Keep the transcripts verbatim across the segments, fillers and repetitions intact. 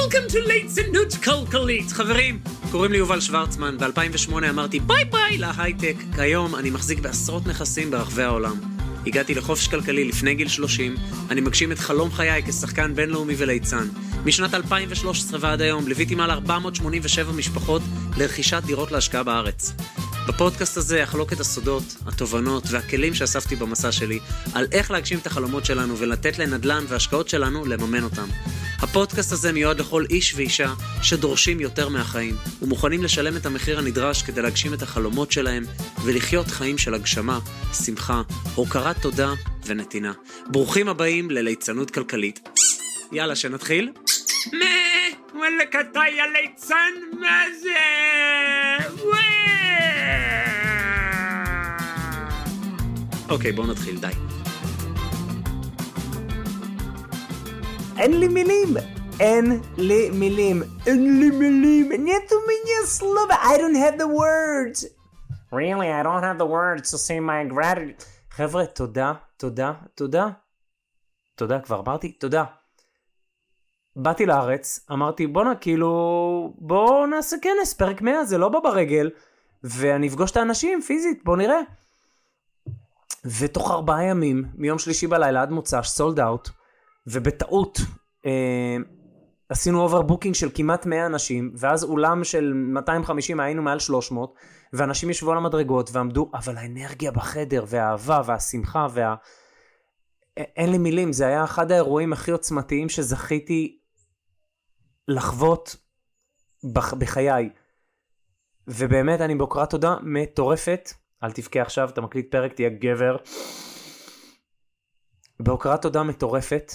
Welcome to ליצנות כלכלית. חברים, קוראים לי יובל שוורצמן. ב-אלפיים ושמונה אמרתי ביי ביי להייטק. כיום אני מחזיק בעשרות נכסים ברחבי העולם. הגעתי לחופש כלכלי לפני גיל שלושים. אני מגשים את חלום חיי כשחקן בינלאומי וליצן. משנת אלפיים ושלוש עשרה ועד היום ליוויתי מעל ארבע מאות שמונים ושבע משפחות לרכישת דירות להשקעה בארץ. בפודקאסט הזה אחלוק את הסודות, התובנות והכלים שאספתי במסע שלי על איך להגשים את החלומות שלנו ולתת לנדל"ן והשקעות שלנו לממן אותם. הפודקאסט הזה מיועד לכל איש ואישה שדורשים יותר מהחיים ומוכנים לשלם את המחיר הנדרש כדי להגשים את החלומות שלהם ולחיות חיים של הגשמה, שמחה, הוקרת תודה ונתינה. ברוכים הבאים לליצנות כלכלית. יאללה, שנתחיל? מה? וואלה קטעי הליצן, מה זה? אוקיי, בואו נתחיל, די. אין לי מילים, אין לי מילים, אין לי מילים, נטו מיני סלובה, I don't have the words. Really, I don't have the words to say my gratitude. חבר'ה, תודה, תודה, תודה. תודה, כבר אמרתי, תודה. באתי לארץ, אמרתי בוא נע, כאילו, בוא נעשה כנס, פרק מאה, זה לא בא ברגל, ואני אפגוש את האנשים פיזית, בוא נראה. ותוך ארבעה ימים, מיום שלישי בלילה עד מוצ"ש, סולד אאוט, ובטעות אה, עשינו אוברבוקינג של כמעט מאה אנשים, ואז אולם של מאתיים וחמישים היינו מעל שלוש מאות, ואנשים ישבו על המדרגות ועמדו, אבל האנרגיה בחדר והאהבה והשמחה וה... אין לי מילים, זה היה אחד האירועים הכי עוצמתיים שזכיתי לחוות בח... בחיי. ובאמת אני בהוקרת תודה מטורפת, אל תבכה עכשיו, אתה מקליט פרק, תהיה גבר. בהוקרת תודה מטורפת,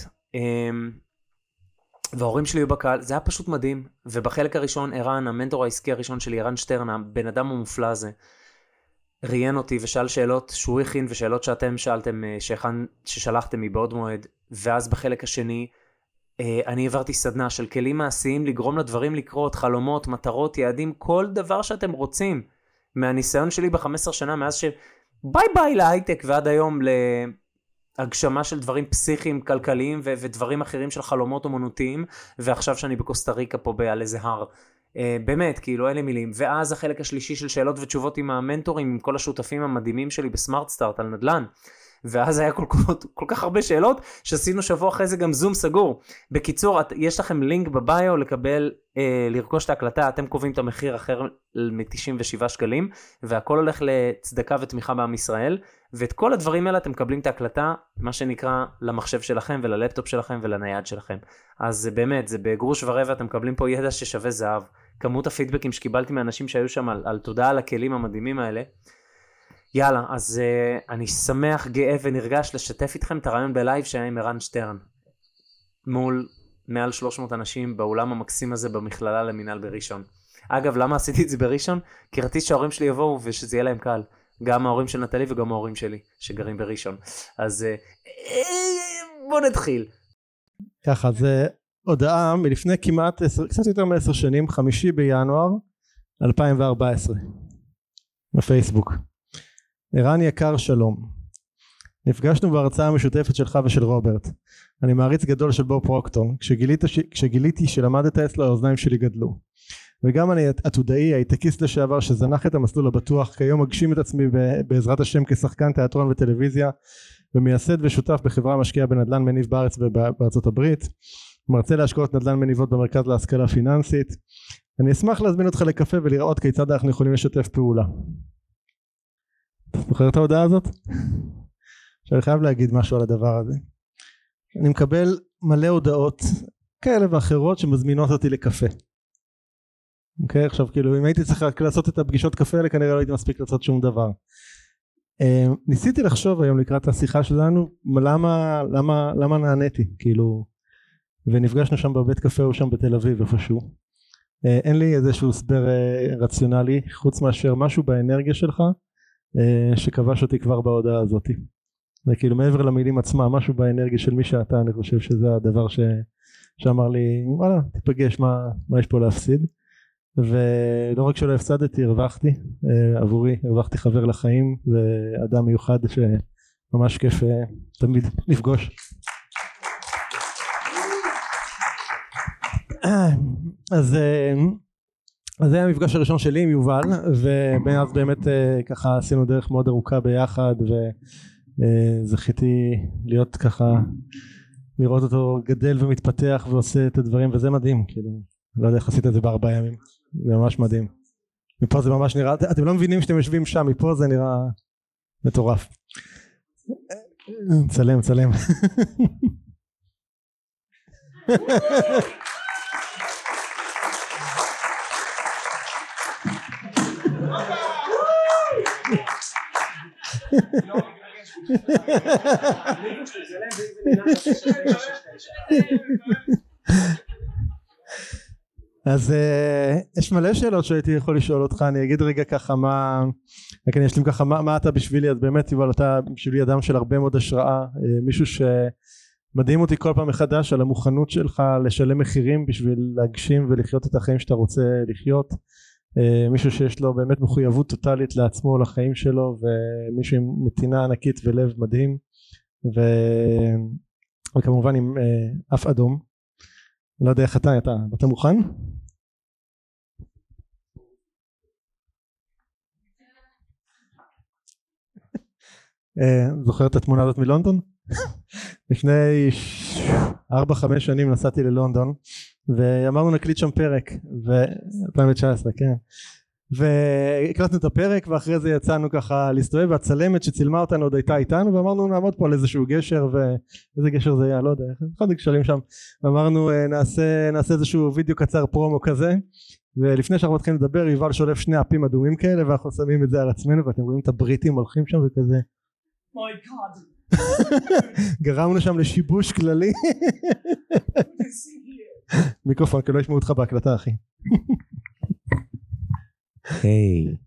וההורים שלי היו בקהל, זה היה פשוט מדהים. ובחלק הראשון, ערן, המנטור העסקי הראשון שלי, ערן שטרן, הבן אדם המופלא הזה, ראיין אותי ושאל שאלות שהוא הכין, ושאלות שאתם שאלתם, ששלחתם מבעוד מועד. ואז בחלק השני, אני העברתי סדנה של כלים מעשיים לגרום לדברים לקרות, חלומות, מטרות, יעדים, כל דבר שאתם רוצים. מהניסיון שלי ב-חמש עשרה שנה, מאז שביי ביי להייטק ועד היום להגשמה של דברים פסיכיים, כלכליים ו- ודברים אחרים של חלומות אומנותיים, ועכשיו שאני בקוסטה ריקה פה על איזה הר. Uh, באמת, כאילו, אין לי מילים. ואז החלק השלישי של שאלות ותשובות עם המנטורים, עם כל השותפים המדהימים שלי בסמארט סטארט על נדל"ן. ואז היה כל, כל, כל כך הרבה שאלות, שעשינו שבוע אחרי זה גם זום סגור. בקיצור, את, יש לכם לינק בביו לקבל, אה, לרכוש את ההקלטה, אתם קובעים את המחיר אחר מ-תשעים ושבעה שקלים, והכל הולך לצדקה ותמיכה בעם ישראל, ואת כל הדברים האלה אתם מקבלים את ההקלטה, מה שנקרא, למחשב שלכם וללפטופ שלכם ולנייד שלכם. אז זה באמת, זה בגרוש ורבע, אתם מקבלים פה ידע ששווה זהב. כמות הפידבקים שקיבלתי מאנשים שהיו שם על, על תודה על הכלים המדהימים האלה, יאללה, אז uh, אני שמח, גאה ונרגש לשתף איתכם את הרעיון בלייב שהיה עם ערן שטרן. מול מעל שלוש מאות אנשים באולם המקסים הזה במכללה למינהל בראשון. אגב, למה עשיתי את זה בראשון? כי רציתי שההורים שלי יבואו ושזה יהיה להם קל. גם ההורים של נטלי וגם ההורים שלי שגרים בראשון. אז uh, בוא נתחיל. ככה, זה הודעה מלפני כמעט, קצת יותר מעשר שנים, חמישי בינואר אלפיים וארבע עשרה. בפייסבוק. ערן יקר שלום, נפגשנו בהרצאה המשותפת שלך ושל רוברט. אני מעריץ גדול של בוב פרוקטור. כשגיליתי, כשגיליתי שלמדת אצלו האוזניים שלי גדלו, וגם אני עתודאי הייטקיסט לשעבר שזנח את המסלול הבטוח, כיום מגשים את עצמי בעזרת השם כשחקן תיאטרון וטלוויזיה, ומייסד ושותף בחברה משקיעה בנדל"ן מניב בארץ ובארצות הברית, מרצה להשקעות נדל"ן מניבות במרכז להשכלה פיננסית. אני אשמח להזמין אותך לקפה ולראות כיצד אנחנו יכולים לשתף פעולה. זוכר את ההודעה הזאת? שאני חייב להגיד משהו על הדבר הזה. אני מקבל מלא הודעות כאלה ואחרות שמזמינות אותי לקפה. אוקיי, עכשיו כאילו אם הייתי צריך לעשות את הפגישות קפה האלה כנראה לא הייתי מספיק לעשות שום דבר. ניסיתי לחשוב היום לקראת השיחה שלנו למה, למה, למה נעניתי כאילו, ונפגשנו שם בבית קפה או שם בתל אביב איפשהו. אין לי איזשהו הסבר רציונלי חוץ מאשר משהו באנרגיה שלך שכבש אותי כבר בהודעה הזאת. וכאילו מעבר למילים עצמה, משהו באנרגיה של מי שאתה, אני חושב שזה הדבר ש... שאמר לי, וואלה, תיפגש, מה, מה יש פה להפסיד? ולא רק שלא הפסדתי, הרווחתי, עבורי, הרווחתי חבר לחיים, ואדם מיוחד שממש כיף תמיד לפגוש. אז אז זה היה המפגש הראשון שלי עם יובל, ומאז באמת ככה עשינו דרך מאוד ארוכה ביחד, וזכיתי להיות ככה, לראות אותו גדל ומתפתח ועושה את הדברים, וזה מדהים, כאילו, לא יודע איך עשית את זה בארבעה ימים, זה ממש מדהים. מפה זה ממש נראה, אתם לא מבינים שאתם יושבים שם, מפה זה נראה מטורף. צלם, צלם. אז יש מלא שאלות שהייתי יכול לשאול אותך, אני אגיד רגע ככה מה, רק אני אשלים ככה מה, מה אתה בשבילי. אז באמת יובל, אתה בשבילי אדם של הרבה מאוד השראה, מישהו שמדהים אותי כל פעם מחדש על המוכנות שלך לשלם מחירים בשביל להגשים ולחיות את החיים שאתה רוצה לחיות, מישהו שיש לו באמת מחויבות טוטלית לעצמו, לחיים שלו, ומישהו עם נתינה ענקית ולב מדהים, ו... וכמובן עם אף אדום. לא יודע איך אתה, אתה, אתה מוכן? זוכר את התמונה הזאת מלונדון? לפני ארבע חמש שנים נסעתי ללונדון ואמרנו נקליט שם פרק, ב-אלפיים תשע עשרה, כן, והקלטנו את הפרק ואחרי זה יצאנו ככה להסתובב, והצלמת שצילמה אותנו עוד הייתה איתנו, ואמרנו נעמוד פה על איזשהו גשר, ואיזה גשר זה היה, לא יודע, אחד הגשרים שם, ואמרנו נעשה, נעשה איזשהו וידאו קצר פרומו כזה, ולפני שאנחנו מתחילים לדבר יובל שולף שני אפים אדומים כאלה ואנחנו שמים את זה על עצמנו, ואתם רואים את הבריטים הולכים שם וכזה My God. גרמנו שם לשיבוש כללי. מיקרופון, כי לא ישמעו אותך בהקלטה אחי. היי.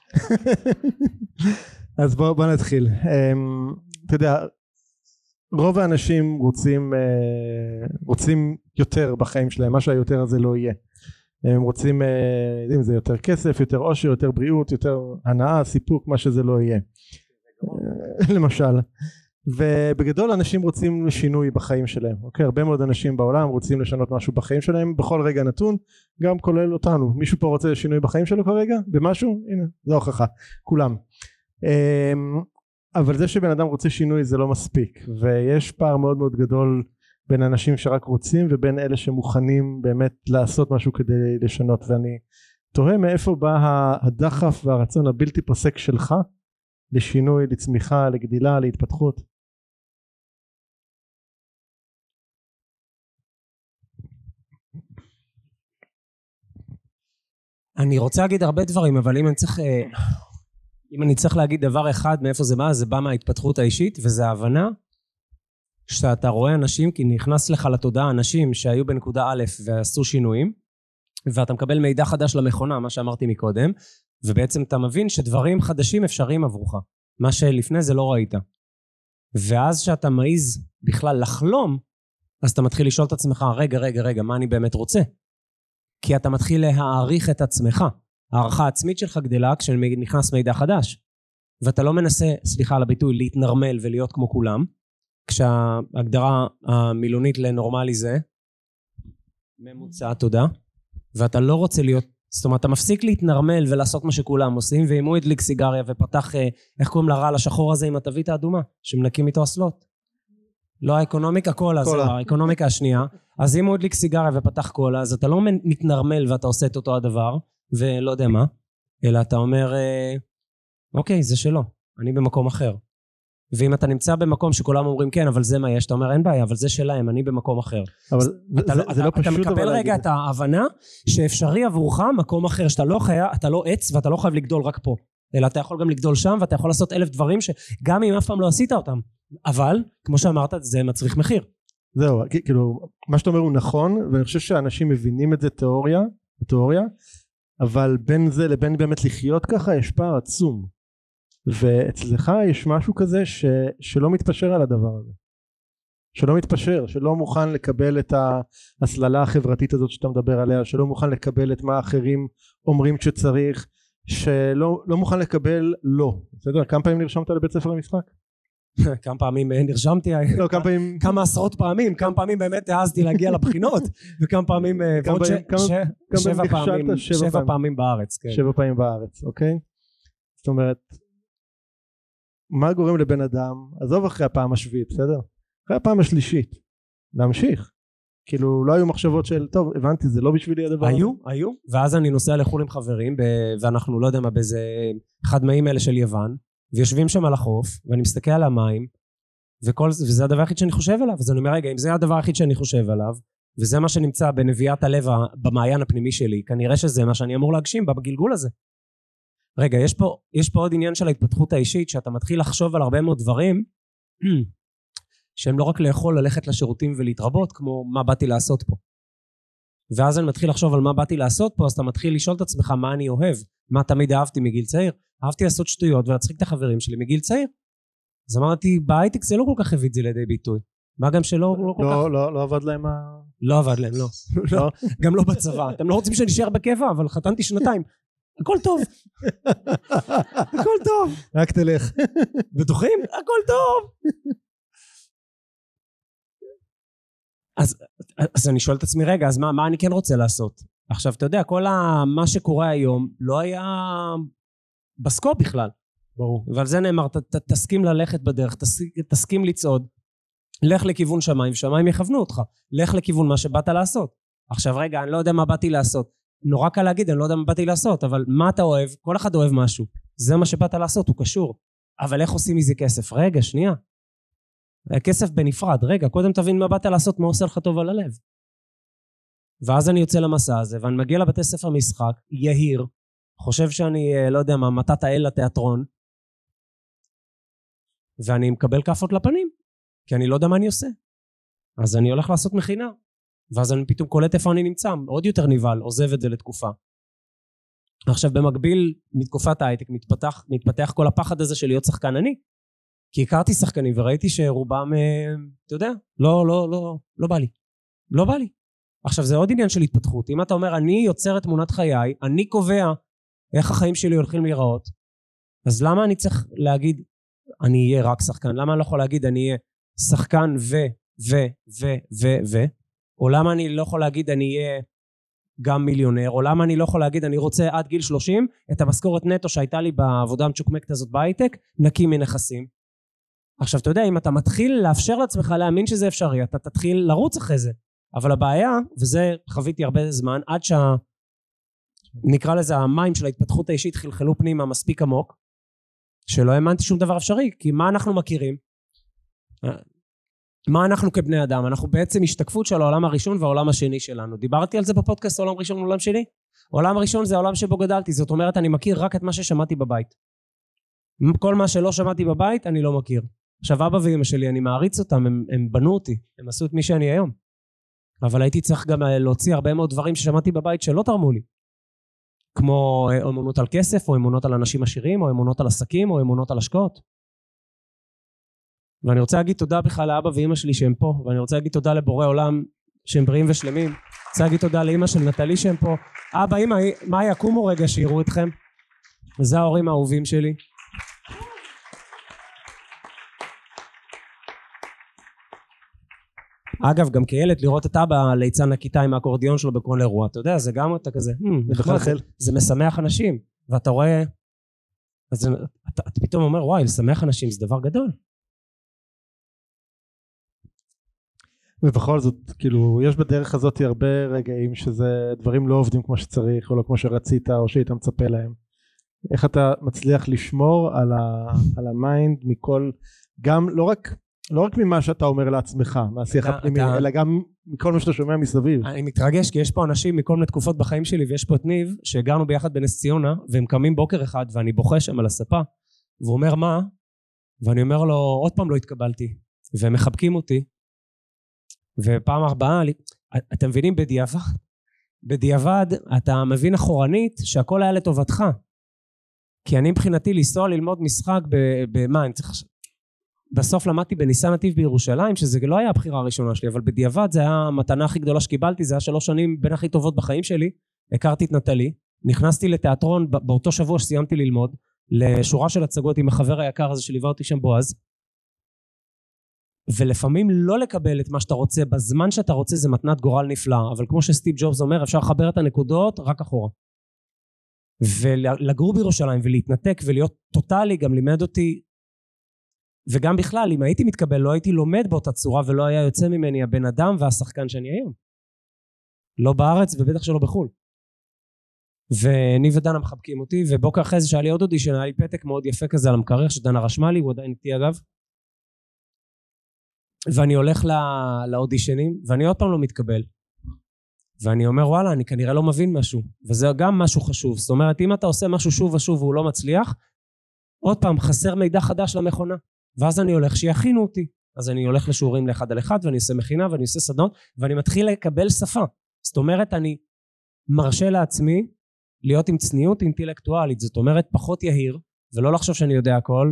אז בוא, בוא נתחיל. אתה יודע, רוב האנשים רוצים רוצים יותר בחיים שלהם, מה שהיותר הזה לא יהיה. הם רוצים, אם זה יותר כסף, יותר עושר, יותר בריאות, יותר הנאה, סיפוק, מה שזה לא יהיה. למשל. ובגדול אנשים רוצים שינוי בחיים שלהם, אוקיי? הרבה מאוד אנשים בעולם רוצים לשנות משהו בחיים שלהם בכל רגע נתון, גם כולל אותנו. מישהו פה רוצה שינוי בחיים שלו כרגע? במשהו? הנה, זו הוכחה, כולם. אבל זה שבן אדם רוצה שינוי זה לא מספיק, ויש פער מאוד מאוד גדול בין אנשים שרק רוצים ובין אלה שמוכנים באמת לעשות משהו כדי לשנות. ואני תוהה מאיפה בא הדחף והרצון הבלתי פוסק שלך לשינוי, לצמיחה, לגדילה, להתפתחות. אני רוצה להגיד הרבה דברים, אבל אם אני צריך, אם אני צריך להגיד דבר אחד מאיפה זה בא, זה בא מההתפתחות האישית, וזה ההבנה שאתה רואה אנשים, כי נכנס לך לתודעה אנשים שהיו בנקודה א' ועשו שינויים, ואתה מקבל מידע חדש למכונה, מה שאמרתי מקודם, ובעצם אתה מבין שדברים חדשים אפשריים עבורך, מה שלפני זה לא ראית. ואז שאתה מעיז בכלל לחלום, אז אתה מתחיל לשאול את עצמך, רגע, רגע, רגע, מה אני באמת רוצה? כי אתה מתחיל להעריך את עצמך. הערכה העצמית שלך גדלה כשנכנס מידע חדש. ואתה לא מנסה, סליחה על הביטוי, להתנרמל ולהיות כמו כולם, כשההגדרה המילונית לנורמלי זה ממוצע, תודה. ואתה לא רוצה להיות, זאת אומרת, אתה מפסיק להתנרמל ולעשות מה שכולם עושים, ואם הוא הדליק סיגריה ופתח, איך קוראים לרעל השחור הזה עם התווית האדומה, שמנקים איתו אסלות. לא האקונומיקה קולה, זה האקונומיקה השנייה. אז אם הוא הדליק סיגריה ופתח קולה, אז אתה לא מתנרמל ואתה עושה את אותו הדבר, ולא יודע מה, אלא אתה אומר, אוקיי, זה שלו, אני במקום אחר. ואם אתה נמצא במקום שכולם אומרים כן, אבל זה מה יש, אתה אומר אין בעיה, אבל זה שלהם, אני במקום אחר. אבל זה, זה, זה לא פשוט. אתה מקבל רגע את ההבנה שאפשרי עבורך מקום אחר, שאתה לא חיה, אתה לא עץ ואתה לא חייב לגדול רק פה, אלא אתה יכול גם לגדול שם, ואתה יכול לעשות אלף דברים שגם אם אף פעם לא עשית אותם. אבל, כמו שאמרת, זה מצריך מחיר. זהו, כאילו, מה שאתה אומר הוא נכון, ואני חושב שאנשים מבינים את זה תיאוריה, תיאוריה, אבל בין זה לבין באמת לחיות ככה יש פער עצום. ואצלך יש משהו כזה ש, שלא מתפשר על הדבר הזה, שלא מתפשר, שלא מוכן לקבל את ההסללה החברתית הזאת שאתה מדבר עליה, שלא מוכן לקבל את מה האחרים אומרים שצריך, שלא לא מוכן לקבל לא. בסדר? כמה פעמים נרשמת לבית ספר למשחק? כמה פעמים נרשמתי, לא, כמה פעמים... כמה עשרות פעמים, כמה פעמים באמת העזתי להגיע לבחינות, וכמה פעמים, שבע פעמים, שבע פעמים בארץ. שבע פעמים בארץ, אוקיי? זאת אומרת, מה גורם לבן אדם, עזוב אחרי הפעם השביעית, בסדר? אחרי הפעם השלישית, להמשיך. כאילו לא היו מחשבות של, טוב, הבנתי, זה לא בשבילי הדבר. היו, היו, ואז אני נוסע לחול עם חברים, ואנחנו לא יודע מה, באיזה אחד מהים האלה של יוון, ויושבים שם על החוף, ואני מסתכל על המים, וכל זה, וזה הדבר היחיד שאני חושב עליו, אז אני אומר, רגע, אם זה הדבר היחיד שאני חושב עליו, וזה מה שנמצא בנביאת הלב במעיין הפנימי שלי, כנראה שזה מה שאני אמור להגשים בגלגול הזה. רגע, יש פה, יש פה עוד עניין של ההתפתחות האישית, שאתה מתחיל לחשוב על הרבה מאוד דברים, שהם לא רק לאכול, ללכת לשירותים ולהתרבות, כמו מה באתי לעשות פה. ואז אני מתחיל לחשוב על מה באתי לעשות פה, אז אתה מתחיל לשאול את עצמך מה אני אוהב, מה תמיד אהבתי מגיל צעיר. אהבתי לעשות שטויות ולהצחיק את החברים שלי מגיל צעיר. אז אמרתי, בהייטק זה לא כל כך הביא את זה לידי ביטוי. מה גם שלא לא כל לא, כך... לא, לא עבד להם ה... לא עבד להם, לא. לא. גם לא בצבא. אתם לא רוצים שאני אשאר בקבע, אבל חתנתי שנתיים. הכל טוב. הכל טוב. רק תלך. בטוחים? הכל טוב. אז, אז אני שואל את עצמי, רגע, אז מה, מה אני כן רוצה לעשות? עכשיו, אתה יודע, כל ה, מה שקורה היום לא היה בסקופ בכלל. ברור. ועל זה נאמר, ת, ת, תסכים ללכת בדרך, תסכים, תסכים לצעוד, לך לכיוון שמיים, שמיים יכוונו אותך, לך לכיוון מה שבאת לעשות. עכשיו, רגע, אני לא יודע מה באתי לעשות. נורא קל להגיד, אני לא יודע מה באתי לעשות, אבל מה אתה אוהב? כל אחד אוהב משהו. זה מה שבאת לעשות, הוא קשור. אבל איך עושים מזה כסף? רגע, שנייה. הכסף בנפרד, רגע, קודם תבין מה באת לעשות, מה עושה לך טוב על הלב. ואז אני יוצא למסע הזה, ואני מגיע לבתי ספר משחק, יהיר, חושב שאני, לא יודע מה, מתת האל לתיאטרון, ואני מקבל כפות לפנים, כי אני לא יודע מה אני עושה. אז אני הולך לעשות מכינה, ואז אני פתאום קולט איפה אני נמצא, עוד יותר נבהל, עוזב את זה לתקופה. עכשיו במקביל, מתקופת ההייטק, מתפתח, מתפתח כל הפחד הזה של להיות שחקן אני, כי הכרתי שחקנים וראיתי שרובם, אתה יודע, לא, לא, לא, לא בא לי. לא בא לי. עכשיו זה עוד עניין של התפתחות. אם אתה אומר, אני יוצר את תמונת חיי, אני קובע איך החיים שלי הולכים להיראות, אז למה אני צריך להגיד, אני אהיה רק שחקן? למה אני לא יכול להגיד, אני אהיה שחקן ו, ו, ו, ו, ו, או למה אני לא יכול להגיד, אני אהיה גם מיליונר, או למה אני לא יכול להגיד, אני רוצה עד גיל שלושים, את המשכורת נטו שהייתה לי בעבודה המצ'וקמקת הזאת בהייטק, נקי מנכסים. עכשיו אתה יודע, אם אתה מתחיל לאפשר לעצמך להאמין שזה אפשרי, אתה תתחיל לרוץ אחרי זה. אבל הבעיה, וזה חוויתי הרבה זמן, עד שה... נקרא לזה המים של ההתפתחות האישית חלחלו פנימה מספיק עמוק, שלא האמנתי שום דבר אפשרי, כי מה אנחנו מכירים? מה אנחנו כבני אדם? אנחנו בעצם השתקפות של העולם הראשון והעולם השני שלנו. דיברתי על זה בפודקאסט, העולם ראשון ועולם שני. העולם הראשון זה העולם שבו גדלתי, זאת אומרת אני מכיר רק את מה ששמעתי בבית. כל מה שלא שמעתי בבית אני לא מכיר. עכשיו אבא ואמא שלי, אני מעריץ אותם, הם, הם בנו אותי, הם עשו את מי שאני היום. אבל הייתי צריך גם להוציא הרבה מאוד דברים ששמעתי בבית שלא תרמו לי. כמו אמונות על כסף, או אמונות על אנשים עשירים, או אמונות על עסקים, או אמונות על השקעות. ואני רוצה להגיד תודה בכלל לאבא ואמא שלי שהם פה, ואני רוצה להגיד תודה לבורא עולם שהם בריאים ושלמים. אני רוצה להגיד תודה לאמא של נטלי שהם פה. אבא, אמא, מה יקומו רגע שיראו אתכם? וזה ההורים האהובים שלי. אגב, גם כילד לראות את אבא ליצן הכיתה עם האקורדיון שלו בכל אירוע, אתה יודע, זה גם אתה כזה, זה משמח אנשים, ואתה רואה, אז אתה, אתה פתאום אומר, וואי, לשמח אנשים זה דבר גדול. ובכל זאת, כאילו, יש בדרך הזאת הרבה רגעים שזה דברים לא עובדים כמו שצריך, או לא כמו שרצית, או שהיית מצפה להם. איך אתה מצליח לשמור על, ה, על המיינד מכל, גם לא רק, לא רק ממה שאתה אומר לעצמך, מהשיח הפנימי, אתה... אלא גם מכל מה שאתה שומע מסביב. אני מתרגש, כי יש פה אנשים מכל מיני תקופות בחיים שלי, ויש פה את ניב, שהגרנו ביחד בנס ציונה, והם קמים בוקר אחד, ואני בוכה שם על הספה, והוא אומר מה? ואני אומר לו, עוד פעם לא התקבלתי, והם מחבקים אותי, ופעם ארבעה, אתם מבינים בדיעבד, בדיעבד אתה מבין אחורנית שהכל היה לטובתך, כי אני מבחינתי לנסוע ללמוד משחק במה, אני צריך... בסוף למדתי בניסן נתיב בירושלים, שזה לא היה הבחירה הראשונה שלי, אבל בדיעבד זה היה המתנה הכי גדולה שקיבלתי, זה היה שלוש שנים בין הכי טובות בחיים שלי, הכרתי את נטלי, נכנסתי לתיאטרון באותו שבוע שסיימתי ללמוד, לשורה של הצגות עם החבר היקר הזה שליווה אותי שם בועז, ולפעמים לא לקבל את מה שאתה רוצה בזמן שאתה רוצה זה מתנת גורל נפלאה, אבל כמו שסטיב ג'ובס אומר, אפשר לחבר את הנקודות רק אחורה. ולגור בירושלים ולהתנתק ולהיות טוטלי גם לימד אותי, וגם בכלל אם הייתי מתקבל לא הייתי לומד באותה צורה ולא היה יוצא ממני הבן אדם והשחקן שאני היום. לא בארץ ובטח שלא בחול. ואני ודנה מחבקים אותי, ובוקר אחרי זה שהיה לי עוד אודישן, היה לי פתק מאוד יפה כזה על המקרר שדנה רשמה לי, הוא עדיין איתי אגב. ואני הולך לא, לאודישנים ואני עוד פעם לא מתקבל. ואני אומר וואלה אני כנראה לא מבין משהו, וזה גם משהו חשוב. זאת אומרת אם אתה עושה משהו שוב ושוב והוא לא מצליח, עוד פעם חסר מידע חדש למכונה, ואז אני הולך שיכינו אותי. אז אני הולך לשיעורים לאחד על אחד ואני עושה מכינה ואני עושה סדנות ואני מתחיל לקבל שפה. זאת אומרת אני מרשה לעצמי להיות עם צניעות אינטלקטואלית, זאת אומרת פחות יהיר ולא לחשוב שאני יודע הכל.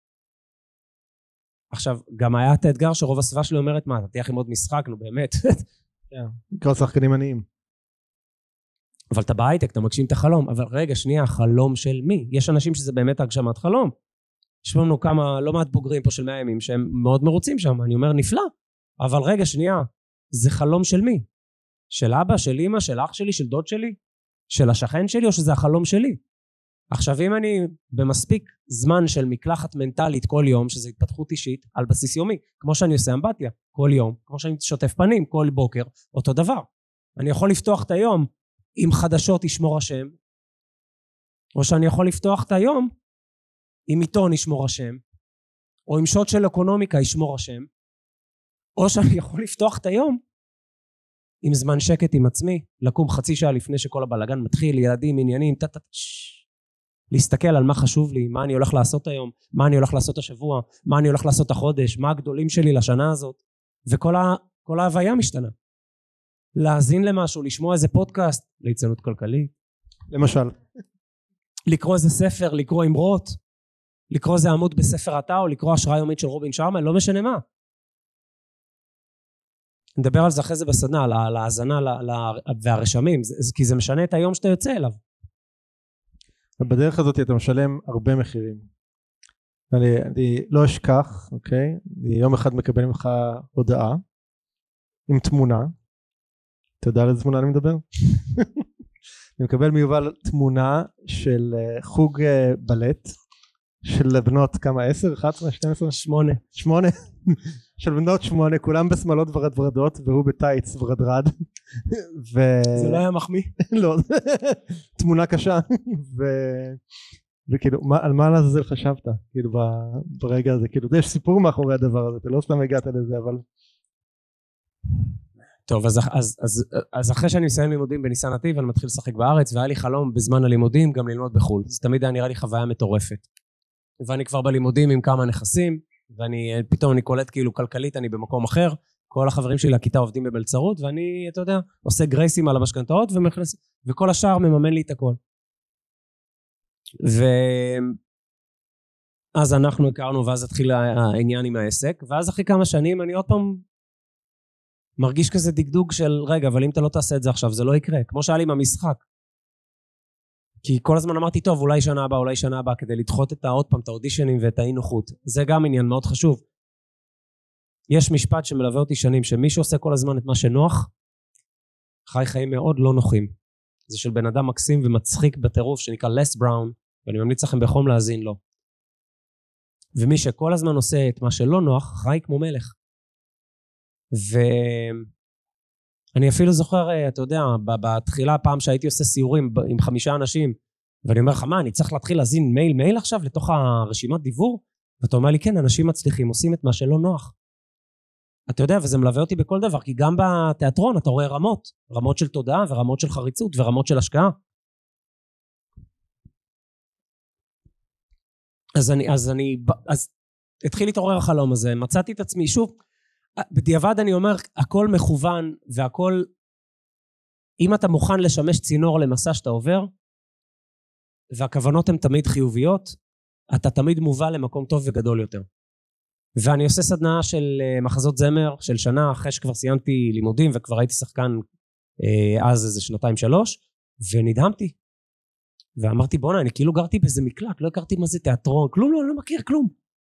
עכשיו גם היה את האתגר שרוב הסביבה שלי אומרת מה אתה תהיה עם עוד משחק נו באמת. כל שחקנים עניים. אבל אתה בהייטק אתה מגשים את החלום, אבל רגע שנייה החלום של מי? יש אנשים שזה באמת הגשמת חלום. יש לנו כמה לא מעט בוגרים פה של מאה ימים שהם מאוד מרוצים שם, אני אומר נפלא, אבל רגע שנייה זה חלום של מי? של אבא, של אמא, של אח שלי, של דוד שלי, של השכן שלי או שזה החלום שלי? עכשיו אם אני במספיק זמן של מקלחת מנטלית כל יום, שזה התפתחות אישית על בסיס יומי, כמו שאני עושה אמבטיה כל יום, כמו שאני שוטף פנים כל בוקר, אותו דבר. אני יכול לפתוח את היום עם חדשות ישמור השם, או שאני יכול לפתוח את היום עם עיתון ישמור השם, או עם שוט של אקונומיקה ישמור השם, או שאני יכול לפתוח את היום עם זמן שקט עם עצמי, לקום חצי שעה לפני שכל הבלגן מתחיל, ילדים, עניינים, טטט, להסתכל על מה חשוב לי, מה אני הולך לעשות היום, מה אני הולך לעשות השבוע, מה אני הולך לעשות החודש, מה הגדולים שלי לשנה הזאת, וכל ה, כל ההוויה משתנה. להאזין למשהו, לשמוע איזה פודקאסט, ליצנות כלכלית. למשל. לקרוא איזה ספר, לקרוא אמרות, לקרוא איזה עמוד בספר התא, או לקרוא השראה יומית של רובין שרמן, לא משנה מה. נדבר על זה אחרי זה בסדנה, על ההאזנה והרשמים, כי זה משנה את היום שאתה יוצא אליו. בדרך הזאת אתה משלם הרבה מחירים. אני, אני לא אשכח, אוקיי? אני יום אחד מקבל ממך הודעה עם תמונה. אתה יודע על איזה תמונה אני מדבר? אני מקבל מיובל תמונה של חוג בלט של בנות כמה? עשר? אחת עשרה? שתים עשרה? שמונה. שמונה? של בנות שמונה, כולם בשמלות ורדרדות והוא בטייץ ורדרד. ו... זה לא היה מחמיא? לא, תמונה קשה. ו... וכאילו, מה, על מה לעזאזל חשבת? כאילו ברגע הזה, כאילו, יש סיפור מאחורי הדבר הזה, אתה לא סתם הגעת לזה, אבל... טוב, אז, אז, אז, אז אחרי שאני מסיים לימודים בניסן נתיב, אני מתחיל לשחק בארץ, והיה לי חלום בזמן הלימודים גם ללמוד בחול. זה תמיד היה נראה לי חוויה מטורפת. ואני כבר בלימודים עם כמה נכסים, ואני פתאום אני קולט כאילו כלכלית, אני במקום אחר, כל החברים שלי לכיתה עובדים במלצרות, ואני, אתה יודע, עושה גרייסים על המשכנתאות, ומכנס, וכל השאר מממן לי את הכל. ואז אנחנו הכרנו, ואז התחיל העניין עם העסק, ואז אחרי כמה שנים אני עוד פעם מרגיש כזה דגדוג של רגע, אבל אם אתה לא תעשה את זה עכשיו, זה לא יקרה, כמו שהיה לי עם המשחק. כי כל הזמן אמרתי, טוב, אולי שנה הבאה, אולי שנה הבאה, כדי לדחות את העוד פעם, את האודישנים ואת האי נוחות. זה גם עניין מאוד חשוב. יש משפט שמלווה אותי שנים, שמי שעושה כל הזמן את מה שנוח, חי חיים מאוד לא נוחים. זה של בן אדם מקסים ומצחיק בטירוף, שנקרא Les Brown, ואני ממליץ לכם בחום להאזין לו. ומי שכל הזמן עושה את מה שלא נוח, חי כמו מלך. ואני אפילו זוכר, אתה יודע, בתחילה פעם שהייתי עושה סיורים עם חמישה אנשים, ואני אומר לך, מה, אני צריך להתחיל להזין מייל מייל עכשיו לתוך הרשימת דיבור? ואתה אומר לי, כן, אנשים מצליחים, עושים את מה שלא נוח. אתה יודע, וזה מלווה אותי בכל דבר, כי גם בתיאטרון אתה רואה רמות, רמות של תודעה ורמות של חריצות ורמות של השקעה. אז אני, אז אני, אז התחיל להתעורר החלום הזה, מצאתי את עצמי, שוב, בדיעבד אני אומר, הכל מכוון והכל, אם אתה מוכן לשמש צינור למסע שאתה עובר, והכוונות הן תמיד חיוביות, אתה תמיד מובא למקום טוב וגדול יותר. ואני עושה סדנה של מחזות זמר של שנה, אחרי שכבר סיימתי לימודים וכבר הייתי שחקן אז איזה שנתיים שלוש, ונדהמתי. ואמרתי, בונה, אני כאילו גרתי באיזה מקלט, לא הכרתי מה זה תיאטרון, כלום, לא, לא מכיר כלום.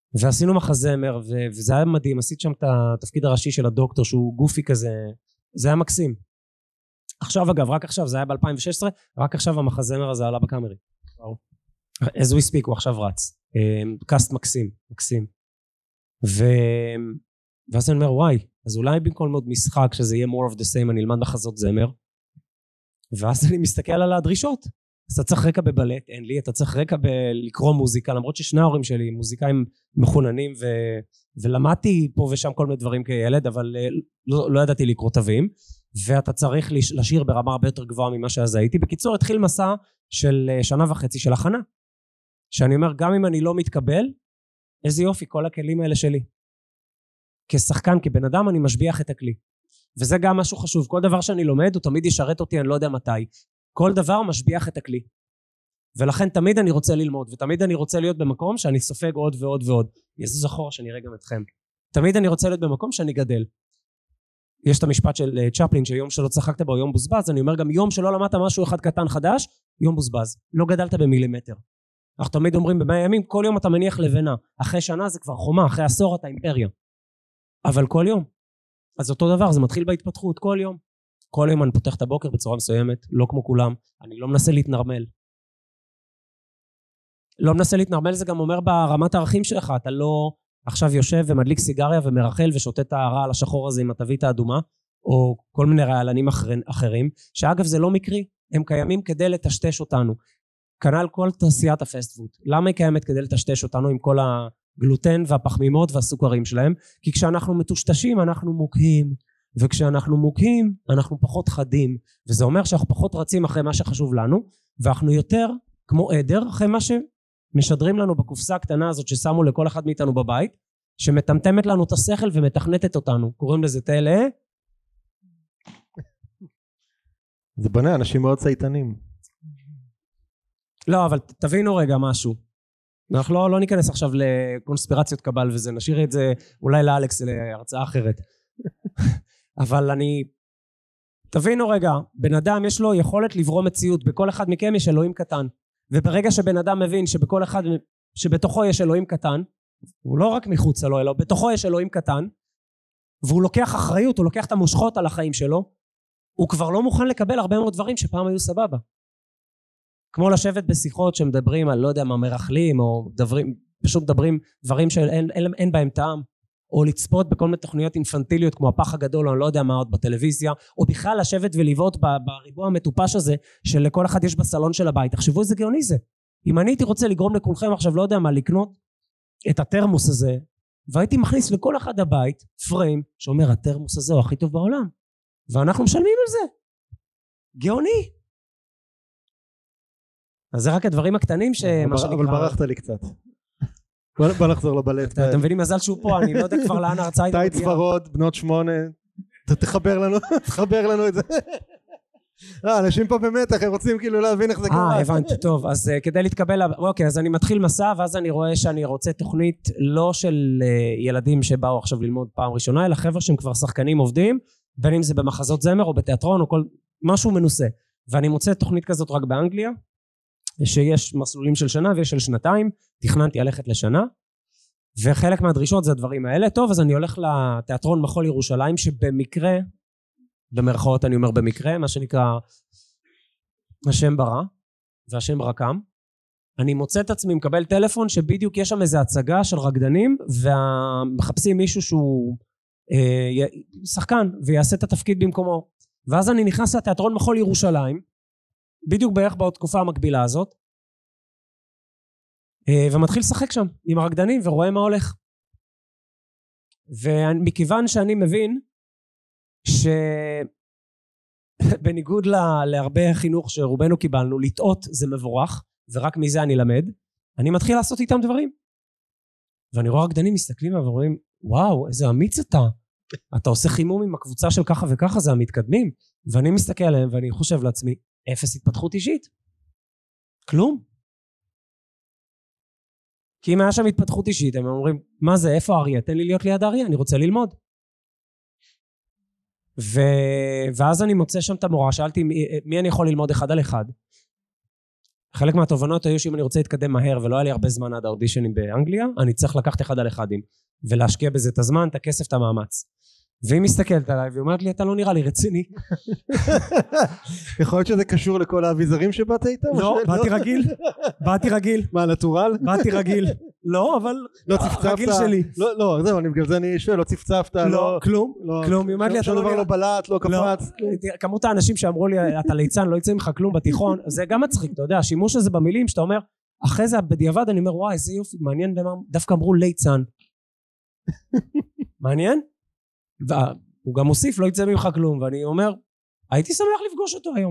ועשינו מחזמר, ו- וזה היה מדהים, עשית שם את התפקיד הראשי של הדוקטור, שהוא גופי כזה, זה היה מקסים. עכשיו אגב, רק עכשיו, זה היה ב-אלפיים ושש עשרה, רק עכשיו המחזמר הזה עלה בקאמרי. as we speak, הוא עכשיו רץ. קאסט מקסים, מקסים. ו... ואז אני אומר, וואי, אז אולי במקום ללמוד משחק, שזה יהיה more of the same, אני אלמד מחזות זמר, ואז אני מסתכל על הדרישות. אז אתה צריך רקע בבלט, אין לי, אתה צריך רקע בלקרוא מוזיקה, למרות ששני ההורים שלי מוזיקאים מחוננים, ו... ולמדתי פה ושם כל מיני דברים כילד, אבל לא, לא ידעתי לקרוא תווים, ואתה צריך לשיר ברמה הרבה יותר גבוהה ממה שאז הייתי. בקיצור, התחיל מסע של שנה וחצי של הכנה, שאני אומר, גם אם אני לא מתקבל, איזה יופי, כל הכלים האלה שלי. כשחקן, כבן אדם, אני משביח את הכלי. וזה גם משהו חשוב. כל דבר שאני לומד, הוא תמיד ישרת אותי, אני לא יודע מתי. כל דבר משביח את הכלי. ולכן תמיד אני רוצה ללמוד, ותמיד אני רוצה להיות במקום שאני סופג עוד ועוד ועוד. איזה זכור שאני אראה גם אתכם. תמיד אני רוצה להיות במקום שאני גדל. יש את המשפט של צ'פלין, שיום שלא צחקת בו יום בוזבז, אני אומר גם יום שלא למדת משהו אחד קטן חדש, יום בוזבז. לא גדלת במילימטר. אנחנו תמיד אומרים במאה ימים, כל יום אתה מניח לבנה. אחרי שנה זה כבר חומה, אחרי עשור אתה אימפריה. אבל כל יום. אז אותו דבר, זה מתחיל בהתפתחות, כל יום. כל יום אני פותח את הבוקר בצורה מסוימת, לא כמו כולם. אני לא מנסה להתנרמל. לא מנסה להתנרמל, זה גם אומר ברמת הערכים שלך, אתה לא עכשיו יושב ומדליק סיגריה ומרחל ושותה את הרעל השחור הזה עם התווית האדומה, או כל מיני רעלנים אחרים, שאגב זה לא מקרי, הם קיימים כדי לטשטש אותנו. כנ"ל כל תעשיית הפסט פוד. למה היא קיימת? כדי לטשטש אותנו עם כל הגלוטן והפחמימות והסוכרים שלהם? כי כשאנחנו מטושטשים אנחנו מוכים, וכשאנחנו מוכים אנחנו פחות חדים, וזה אומר שאנחנו פחות רצים אחרי מה שחשוב לנו, ואנחנו יותר כמו עדר אחרי מה שמשדרים לנו בקופסה הקטנה הזאת ששמו לכל אחד מאיתנו בבית, שמטמטמת לנו את השכל ומתכנתת אותנו. קוראים לזה תלה. זה בונה אנשים מאוד צייתנים. לא, אבל תבינו רגע משהו. אנחנו לא, לא ניכנס עכשיו לקונספירציות קבל וזה, נשאיר את זה אולי לאלכס להרצאה אחרת. אבל אני... תבינו רגע, בן אדם יש לו יכולת לברוא מציאות, בכל אחד מכם יש אלוהים קטן. וברגע שבן אדם מבין שבכל אחד, שבתוכו יש אלוהים קטן, הוא לא רק מחוץ לו, אלא בתוכו יש אלוהים קטן, והוא לוקח אחריות, הוא לוקח את המושכות על החיים שלו, הוא כבר לא מוכן לקבל הרבה מאוד דברים שפעם היו סבבה. כמו לשבת בשיחות שמדברים על לא יודע מה מרחלים, או דברים, פשוט מדברים דברים שאין אין, אין בהם טעם, או לצפות בכל מיני תוכניות אינפנטיליות כמו הפח הגדול, או אני לא יודע מה עוד בטלוויזיה, או בכלל לשבת ולבעוט בריבוע המטופש הזה, שלכל אחד יש בסלון של הבית. תחשבו איזה גאוני זה. אם אני הייתי רוצה לגרום לכולכם עכשיו לא יודע מה, לקנות את התרמוס הזה, והייתי מכניס לכל אחד הבית פריים, שאומר התרמוס הזה הוא הכי טוב בעולם, ואנחנו משלמים על זה. גאוני. אז זה רק הדברים הקטנים שמה שנקרא... אבל ברחת לי קצת. בוא נחזור לבלט. אתם מבינים מזל שהוא פה, אני לא יודע כבר לאן ההרצאה הייתה. טייץ ורוד, בנות שמונה, תחבר לנו, תחבר לנו את זה. אנשים פה במתח, הם רוצים כאילו להבין איך זה קורה. אה, הבנתי, טוב, אז כדי להתקבל, אוקיי, אז אני מתחיל מסע, ואז אני רואה שאני רוצה תוכנית לא של ילדים שבאו עכשיו ללמוד פעם ראשונה, אלא חבר'ה שהם כבר שחקנים עובדים, בין אם זה במחזות זמר או בתיאטרון או כל משהו מנוסה. ואני מוצא תוכנית כזאת רק באנגליה, שיש מסלולים של שנה ויש של שנתיים, תכננתי ללכת לשנה, וחלק מהדרישות זה הדברים האלה. טוב, אז אני הולך לתיאטרון מחול ירושלים, שבמקרה, במרכאות אני אומר במקרה, מה שנקרא השם ברא, והשם רקם, אני מוצא את עצמי מקבל טלפון שבדיוק יש שם איזו הצגה של רקדנים, ומחפשים מישהו שהוא אה, שחקן, ויעשה את התפקיד במקומו. ואז אני נכנס לתיאטרון מחול ירושלים, בדיוק בערך בתקופה המקבילה הזאת, ומתחיל לשחק שם עם הרקדנים ורואה מה הולך. ומכיוון שאני מבין שבניגוד להרבה חינוך שרובנו קיבלנו, לטעות זה מבורך, ורק מזה אני למד, אני מתחיל לעשות איתם דברים. ואני רואה רקדנים מסתכלים ורואים, וואו, איזה אמיץ אתה. אתה עושה חימום עם הקבוצה של ככה וככה, זה המתקדמים. ואני מסתכל עליהם ואני חושב לעצמי, אפס התפתחות אישית. כלום. כי אם היה שם התפתחות אישית, הם אומרים, מה זה, איפה אריה? תן לי להיות ליד אריה, אני רוצה ללמוד. ו... ואז אני מוצא שם את המורה, שאלתי, מי אני יכול ללמוד אחד על אחד? חלק מהתובנות היו שאם אני רוצה להתקדם מהר ולא היה לי הרבה זמן עד האודישנים באנגליה, אני צריך לקחת אחד על אחדים ולהשקיע בזה את הזמן, את הכסף, את המאמץ. והיא מסתכלת עליי והיא אומרת לי, אתה לא נראה לי רציני. יכול להיות שזה קשור לכל האביזרים שבאת איתם? לא, באתי רגיל, באתי רגיל. מה, נטורל? באתי רגיל. לא, אבל רגיל שלי. לא, לא, זהו, בגלל זה אני שואל, לא צפצפת, לא, כלום, כלום. היא אומרת לי, אתה לא דבר לא בלט, לא קפץ. כמות האנשים שאמרו לי, אתה ליצן, לא יצא ממך כלום בתיכון, זה גם מצחיק, אתה יודע, השימוש הזה במילים שאתה אומר, אחרי זה בדיעבד אני אומר, וואי, איזה יופי, מעניין, דווקא אמרו ליצן. מעניין? והוא גם מוסיף, לא יצא ממך כלום, ואני אומר, הייתי שמח לפגוש אותו היום.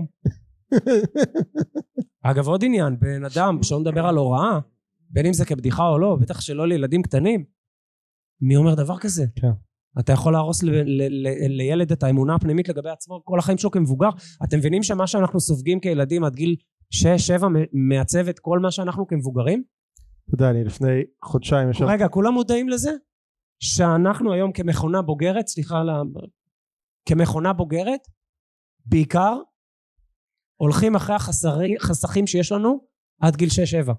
אגב, עוד עניין, בן אדם שלא מדבר על הוראה, בין אם זה כבדיחה או לא, בטח שלא לילדים קטנים, מי אומר דבר כזה? כן. אתה יכול להרוס ל- ל- ל- לילד את האמונה הפנימית לגבי עצמו, כל החיים שלו כמבוגר. אתם מבינים שמה שאנחנו סופגים כילדים עד גיל שש שבע מעצב את כל מה שאנחנו כמבוגרים? אתה יודע, אני לפני חודשיים ישב... רגע, כולם מודעים לזה? שאנחנו היום כמכונה בוגרת, סליחה, כמכונה בוגרת, בעיקר הולכים אחרי החסכים שיש לנו עד גיל שש שבע.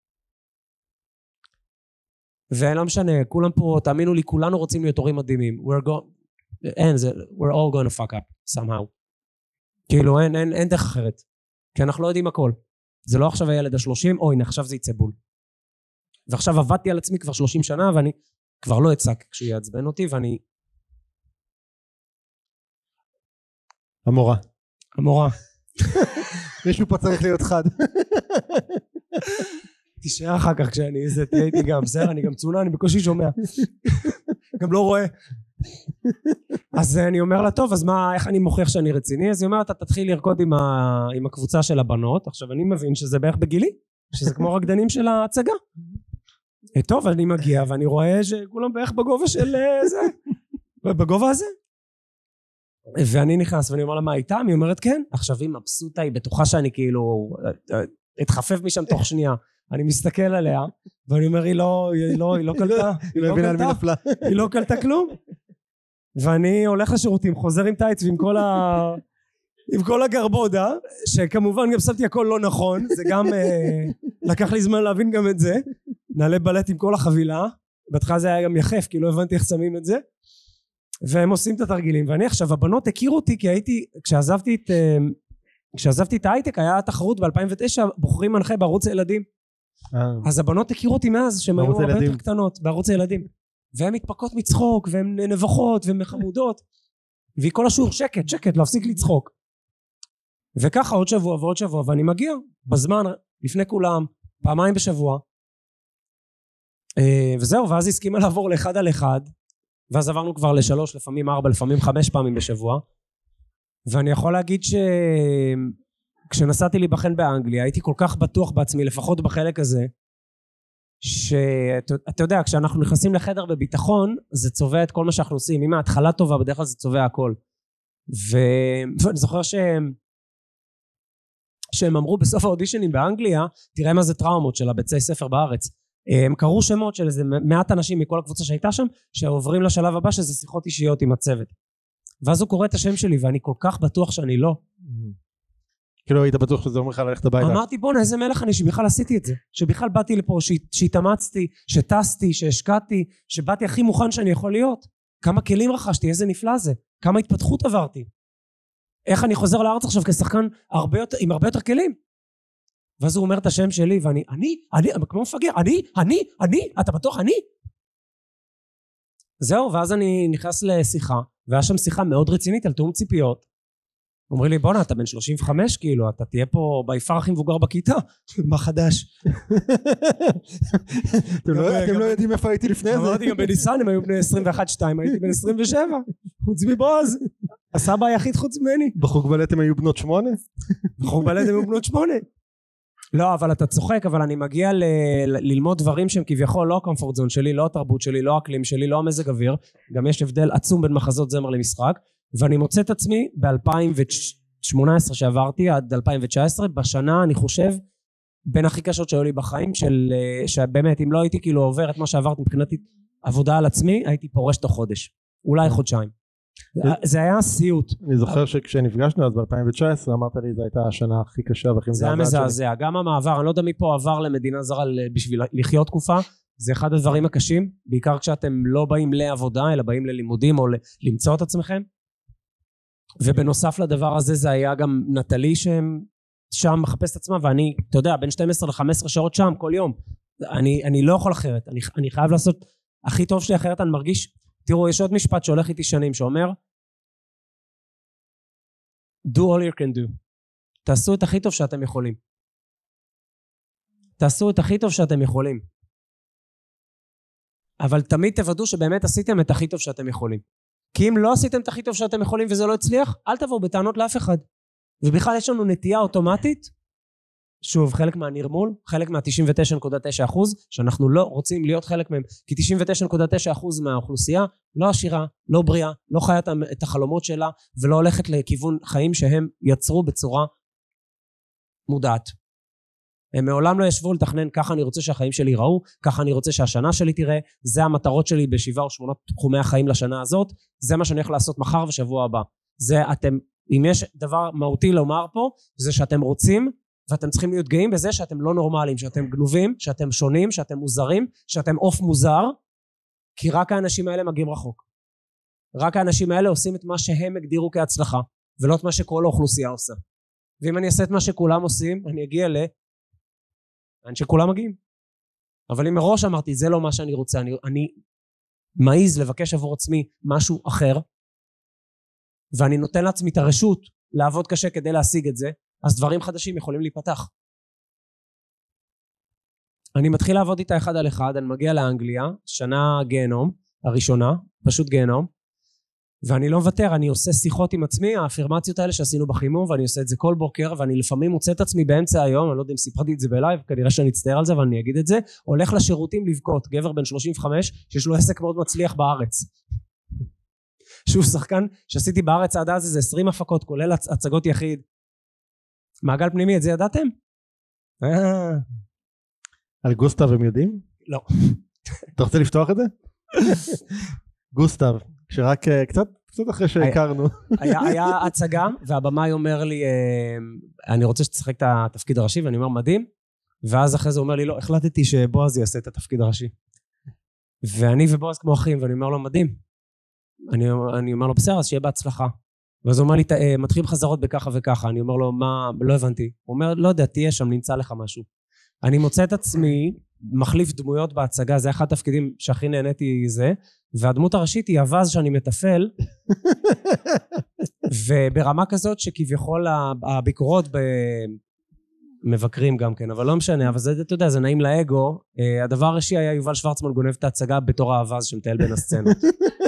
ולא משנה, כולם פה, תאמינו לי, כולנו רוצים להיות הורים מדהימים. We're going, אין, זה, we're all going to fuck up somehow. כאילו, אין, אין, אין דרך אחרת. כי אנחנו לא יודעים הכל. זה לא עכשיו הילד השלושים, או הנה, עכשיו זה יצא בול. ועכשיו עבדתי על עצמי כבר שלושים שנה, ואני כבר לא אצעק כשהוא יעצבן אותי, ואני... המורה. המורה. מישהו פה צריך להיות חד. תשאר אחר כך כשאני איזה, תהיה איתי גם, בסדר, אני גם צונה, אני בקושי שומע. גם לא רואה. אז אני אומר לה, טוב, אז מה, איך אני מוכיח שאני רציני? אז היא אומרת, אתה תתחיל לרקוד עם, ה, עם הקבוצה של הבנות. עכשיו אני מבין שזה בערך בגילי, שזה כמו רקדנים של ההצגה. טוב, אני מגיע ואני רואה שכולם בערך בגובה של זה, בגובה הזה. ואני נכנס ואני אומר לה, מה איתה? היא אומרת, כן. עכשיו היא מבסוטה, היא בטוחה שאני כאילו אתחפף משם תוך שנייה. אני מסתכל עליה ואני אומר, היא לא, היא לא, היא לא קלטה. היא לא הבינה על מי נפלה. היא לא קלטה כלום. ואני הולך לשירותים, חוזר עם טייץ ועם כל ה... עם כל הגרבודה, שכמובן גם שמתי הכל לא נכון, זה גם לקח לי זמן להבין גם את זה. נעלה בלט עם כל החבילה, בהתחלה זה היה גם יחף, כי לא הבנתי איך שמים את זה, והם עושים את התרגילים, ואני עכשיו, הבנות הכירו אותי, כי הייתי, כשעזבתי את, כשעזבתי את ההייטק, היה תחרות ב-אלפיים ותשע, בוחרים מנחה בערוץ הילדים, אז הבנות הכירו אותי מאז, שהן היו הרבה יותר קטנות, בערוץ הילדים, והן מתפקות מצחוק, והן נבוכות, והן מחמודות, והיא כל השיעור שקט, שקט, להפסיק לצחוק, וככה עוד שבוע ועוד שבוע, ואני מגיע, בזמן, לפני כולם, פעמיים בשבוע, וזהו, ואז הסכימה לעבור לאחד על אחד, ואז עברנו כבר לשלוש, לפעמים ארבע, לפעמים חמש פעמים בשבוע, ואני יכול להגיד שכשנסעתי להיבחן באנגליה, הייתי כל כך בטוח בעצמי, לפחות בחלק הזה, שאתה יודע, כשאנחנו נכנסים לחדר בביטחון, זה צובע את כל מה שאנחנו עושים, אם ההתחלה טובה, בדרך כלל זה צובע הכל, ואני זוכר שהם, שהם אמרו בסוף האודישנים באנגליה, תראה מה זה טראומות של הביצי ספר בארץ, הם קראו שמות של איזה מעט אנשים מכל הקבוצה שהייתה שם, שעוברים לשלב הבא שזה שיחות אישיות עם הצוות. ואז הוא קורא את השם שלי, ואני כל כך בטוח שאני לא. כאילו היית בטוח שזה אומר לך ללכת הביתה. אמרתי, בוא, איזה מלך אני שבכלל עשיתי את זה. שבכלל באתי לפה, שהתאמצתי, שטסתי, שהשקעתי, שבאתי הכי מוכן שאני יכול להיות. כמה כלים רכשתי, איזה נפלא זה. כמה התפתחות עברתי. איך אני חוזר לארץ עכשיו כשחקן הרבה יותר, עם הרבה יותר כלים. ואז הוא אומר את השם שלי, ואני, אני, אני, כמו מפגר, אני, אני, אני, אתה בטוח, אני? זהו, ואז אני נכנס לשיחה, והיה שם שיחה מאוד רצינית על תאום ציפיות. אומרים לי, בונה, אתה בן שלושים וחמש, כאילו, אתה תהיה פה ביפר הכי מבוגר בכיתה, מה חדש? אתם לא יודעים איפה הייתי לפני זה. אמרתי, גם בניסן, הם היו בני עשרים ואחת שתיים, הייתי בן עשרים ושבע, חוץ מבועז, הסבא היחיד חוץ ממני. בחוג בלט הם היו בנות שמונה? בחוג בלט הם היו בנות שמונה. לא, אבל אתה צוחק, אבל אני מגיע ל- ל- ללמוד דברים שהם כביכול לא הקומפורט זון שלי, לא התרבות שלי, לא האקלים שלי, לא המזג אוויר, גם יש הבדל עצום בין מחזות זמר למשחק, ואני מוצא את עצמי ב-אלפיים שמונה עשרה שעברתי עד אלפיים תשע עשרה, בשנה אני חושב בין הכי קשות שהיו לי בחיים, של, שבאמת אם לא הייתי כאילו עובר את מה שעברתי מבחינתי עבודה על עצמי, הייתי פורש תוך חודש, אולי חודשיים. זה היה סיוט. אני זוכר שכשנפגשנו אז ב-אלפיים תשע עשרה אמרת לי זו הייתה השנה הכי קשה והכי זה היה מזעזע, גם המעבר, אני לא יודע מי פה עבר למדינה זרה בשביל לחיות תקופה, זה אחד הדברים הקשים, בעיקר כשאתם לא באים לעבודה אלא באים ללימודים או למצוא את עצמכם. ובנוסף לדבר הזה זה היה גם נטלי שם מחפש את עצמה, ואני, אתה יודע, בין שתים עשרה ל-חמש עשרה שעות שם כל יום, אני, אני לא יכול אחרת, אני, אני חייב לעשות הכי טוב שלי, אחרת אני מרגיש, תראו, יש עוד משפט שהולך איתי שנים שאומר do all you can do, תעשו את הכי טוב שאתם יכולים, תעשו את הכי טוב שאתם יכולים, אבל תמיד תוודאו שבאמת עשיתם את הכי טוב שאתם יכולים, כי אם לא עשיתם את הכי טוב שאתם יכולים וזה לא הצליח, אל תבואו בטענות לאף אחד. ובכלל יש לנו נטייה אוטומטית, שוב, חלק מהנרמול, חלק מה-תשעים ותשע נקודה תשע אחוז, שאנחנו לא רוצים להיות חלק מהם, כי תשעים ותשע נקודה תשע אחוז מהאוכלוסייה לא עשירה, לא בריאה, לא חיה את החלומות שלה, ולא הולכת לכיוון חיים שהם יצרו בצורה מודעת. הם מעולם לא ישבו לתכנן, ככה אני רוצה שהחיים שלי ייראו, ככה אני רוצה שהשנה שלי תראה, זה המטרות שלי בשבעה או שמונה תחומי החיים לשנה הזאת, זה מה שאני הולך לעשות מחר ושבוע הבא. זה אתם, אם יש דבר מהותי לומר פה, זה שאתם רוצים, ואתם צריכים להיות גאים בזה שאתם לא נורמליים, שאתם גנובים, שאתם שונים, שאתם מוזרים, שאתם אוף מוזר, כי רק האנשים האלה מגיעים רחוק. רק האנשים האלה עושים את מה שהם הגדירו כהצלחה, ולא את מה שכל האוכלוסייה עושה. ואם אני אעשה את מה שכולם עושים, אני אגיע ל... אני שכולם מגיעים. אבל אם מראש אמרתי, זה לא מה שאני רוצה, אני, אני מעיז לבקש עבור עצמי משהו אחר, ואני נותן לעצמי את הרשות לעבוד קשה כדי להשיג את זה, אז דברים חדשים יכולים להיפתח. אני מתחיל לעבוד איתה אחד על אחד, אני מגיע לאנגליה, שנה גיהנום, הראשונה, פשוט גיהנום, ואני לא מוותר, אני עושה שיחות עם עצמי, האפירמציות האלה שעשינו בחימום, ואני עושה את זה כל בוקר, ואני לפעמים מוצא את עצמי באמצע היום, אני לא יודע אם סיפרתי את זה בלייב, כנראה שאני אצטער על זה, אבל אני אגיד את זה, הולך לשירותים לבכות, גבר בן שלושים וחמש, שיש לו עסק מאוד מצליח בארץ. שהוא שחקן שעשיתי בארץ עד אז איזה עשרים הפקות, כולל הצגות יחיד. מעגל פנימי, את זה ידעתם? על גוסטב הם יודעים? לא. אתה רוצה לפתוח את זה? גוסטב, שרק קצת, קצת אחרי שהכרנו. היה, היה הצגה, והבמאי אומר לי, אני רוצה שתשחק את התפקיד הראשי, ואני אומר, מדהים, ואז אחרי זה אומר לי, לא, החלטתי שבועז יעשה את התפקיד הראשי. ואני ובועז כמו אחים, ואני אומר לו, מדהים. אני, אני אומר לו, בסדר, אז שיהיה בהצלחה. ואז הוא אומר לי, מתחיל חזרות בככה וככה, אני אומר לו, מה, לא הבנתי. הוא אומר, לא יודע, תהיה שם, נמצא לך משהו. אני מוצא את עצמי, מחליף דמויות בהצגה, זה אחד התפקידים שהכי נהניתי זה, והדמות הראשית היא הווז שאני מטפל, וברמה כזאת שכביכול הביקורות מבקרים גם כן, אבל לא משנה, אבל זה, אתה יודע, זה נעים לאגו. הדבר הראשי היה יובל שוורצמן גונב את ההצגה בתור האווז שמטייל בין הסצנות.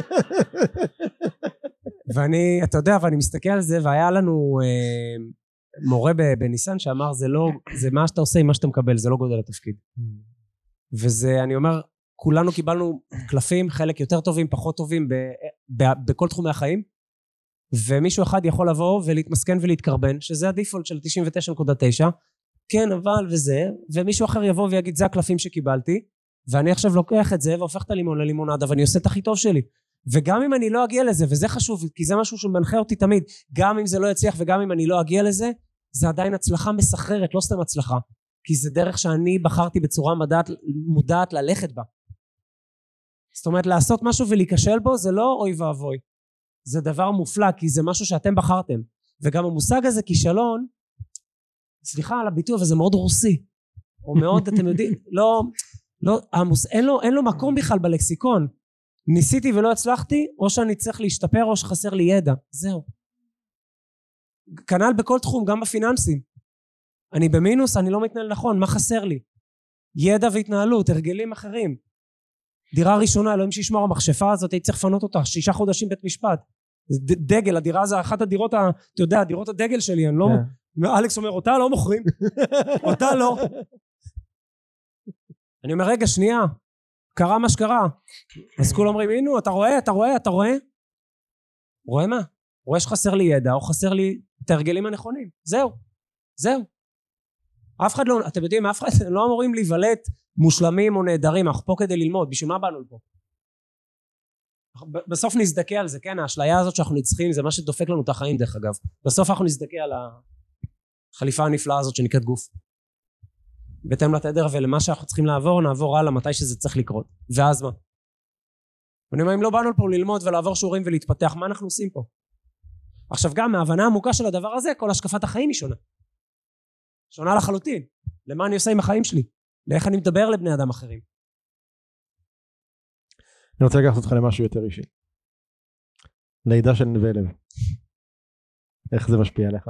ואני, אתה יודע, ואני מסתכל על זה, והיה לנו מורה בניסן שאמר, זה לא, זה מה שאתה עושה עם מה שאתה מקבל, זה לא גודל התפקיד. וזה, אני אומר, כולנו קיבלנו קלפים, חלק יותר טובים, פחות טובים, ב, ב, בכל תחומי החיים, ומישהו אחד יכול לבוא ולהתמסכן ולהתקרבן, שזה הדיפולט של תשעים ותשע נקודה תשע, כן, אבל וזה, ומישהו אחר יבוא ויגיד, זה הקלפים שקיבלתי, ואני עכשיו לוקח את זה, והופך את הלימון ללימונדה, ואני עושה את הכי טוב שלי. וגם אם אני לא אגיע לזה, וזה חשוב, כי זה משהו שמנחה אותי תמיד, גם אם זה לא יצליח, וגם אם אני לא אגיע לזה, זה עדיין הצלחה מסחררת, לא סתם הצלחה, כי זה דרך שאני בחרתי בצורה מודעת, מודעת ללכת בה. זאת אומרת, לעשות משהו ולהיכשל בו, זה לא אוי ואבוי. זה דבר מופלא, כי זה משהו שאתם בחרתם. וגם המושג הזה, כישלון, סליחה על הביטוי, אבל זה מאוד רוסי. או מאוד, אתם יודעים, לא, לא, המוס, אין לו, אין לו מקום בכלל בלקסיקון. ניסיתי ולא הצלחתי, או שאני צריך להשתפר, או שחסר לי ידע. זהו. כנ"ל בכל תחום, גם בפיננסים. אני במינוס, אני לא מתנהל נכון, מה חסר לי? ידע והתנהלות, הרגלים אחרים. דירה ראשונה, אלוהים שישמור, המכשפה הזאת, הייתי צריך לפנות אותה, שישה חודשים בית משפט. דגל, הדירה זה אחת הדירות, אתה יודע, דירות הדגל שלי, אני לא... אלכס אומר, אותה לא מוכרים. אותה לא. אני אומר, רגע, שנייה. קרה מה שקרה. אז כולם אומרים, הנה, אתה רואה, אתה רואה, אתה רואה? רואה מה? רואה שחסר לי ידע, או חסר לי את הרגלים הנכונים. זהו. זהו. אף אחד לא, אתם יודעים, אף אחד לא אמורים להיוולט מושלמים או נהדרים, אנחנו פה כדי ללמוד, בשביל מה באנו לפה? בסוף נזדכה על זה, כן, האשליה הזאת שאנחנו נצחים זה מה שדופק לנו את החיים דרך אגב, בסוף אנחנו נזדכה על החליפה הנפלאה הזאת שנקראת גוף, בהתאם לתדר ולמה שאנחנו צריכים לעבור נעבור הלאה מתי שזה צריך לקרות, ואז מה? ואני אומר אם לא באנו פה ללמוד ולעבור שיעורים ולהתפתח, מה אנחנו עושים פה? עכשיו גם מההבנה העמוקה של הדבר הזה כל השקפת החיים היא שונה, שונה לחלוטין, למה אני עושה עם החיים שלי, לאיך אני מדבר לבני אדם אחרים. אני רוצה לקחת אותך למשהו יותר אישי, לידה של נווה לב, איך זה משפיע עליך?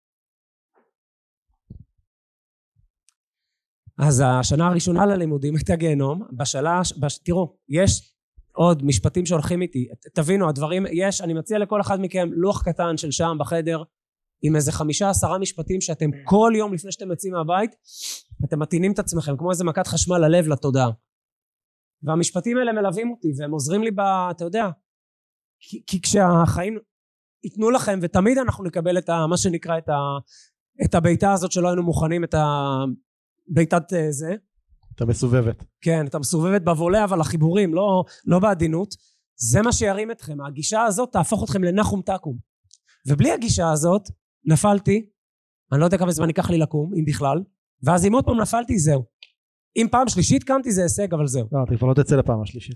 אז השנה הראשונה ללימודים הייתה גיהנום, בשלה, בש... תראו, יש עוד משפטים שהולכים איתי, תבינו, הדברים, יש, אני מציע לכל אחד מכם לוח קטן של שם בחדר, עם איזה חמישה עשרה משפטים שאתם כל יום לפני שאתם יוצאים מהבית, אתם מתאינים את עצמכם, כמו איזה מכת חשמל ללב, לתודעה. והמשפטים האלה מלווים אותי, והם עוזרים לי ב... אתה יודע, כי, כי כשהחיים ייתנו לכם, ותמיד אנחנו נקבל את ה... מה שנקרא את ה... את הביתה הזאת שלא היינו מוכנים, את הביתת זה. את המסובבת. כן, את המסובבת בבולה, אבל החיבורים, לא, לא בעדינות. זה מה שירים אתכם. הגישה הזאת תהפוך אתכם לנחום תקום. ובלי הגישה הזאת, נפלתי, אני לא יודע כמה זמן ייקח לי לקום, אם בכלל, ואז אם עוד פעם נפלתי, זהו. אם פעם שלישית קמתי זה הישג, אבל זהו. לא, אתה כבר לא תצא לפעם השלישית.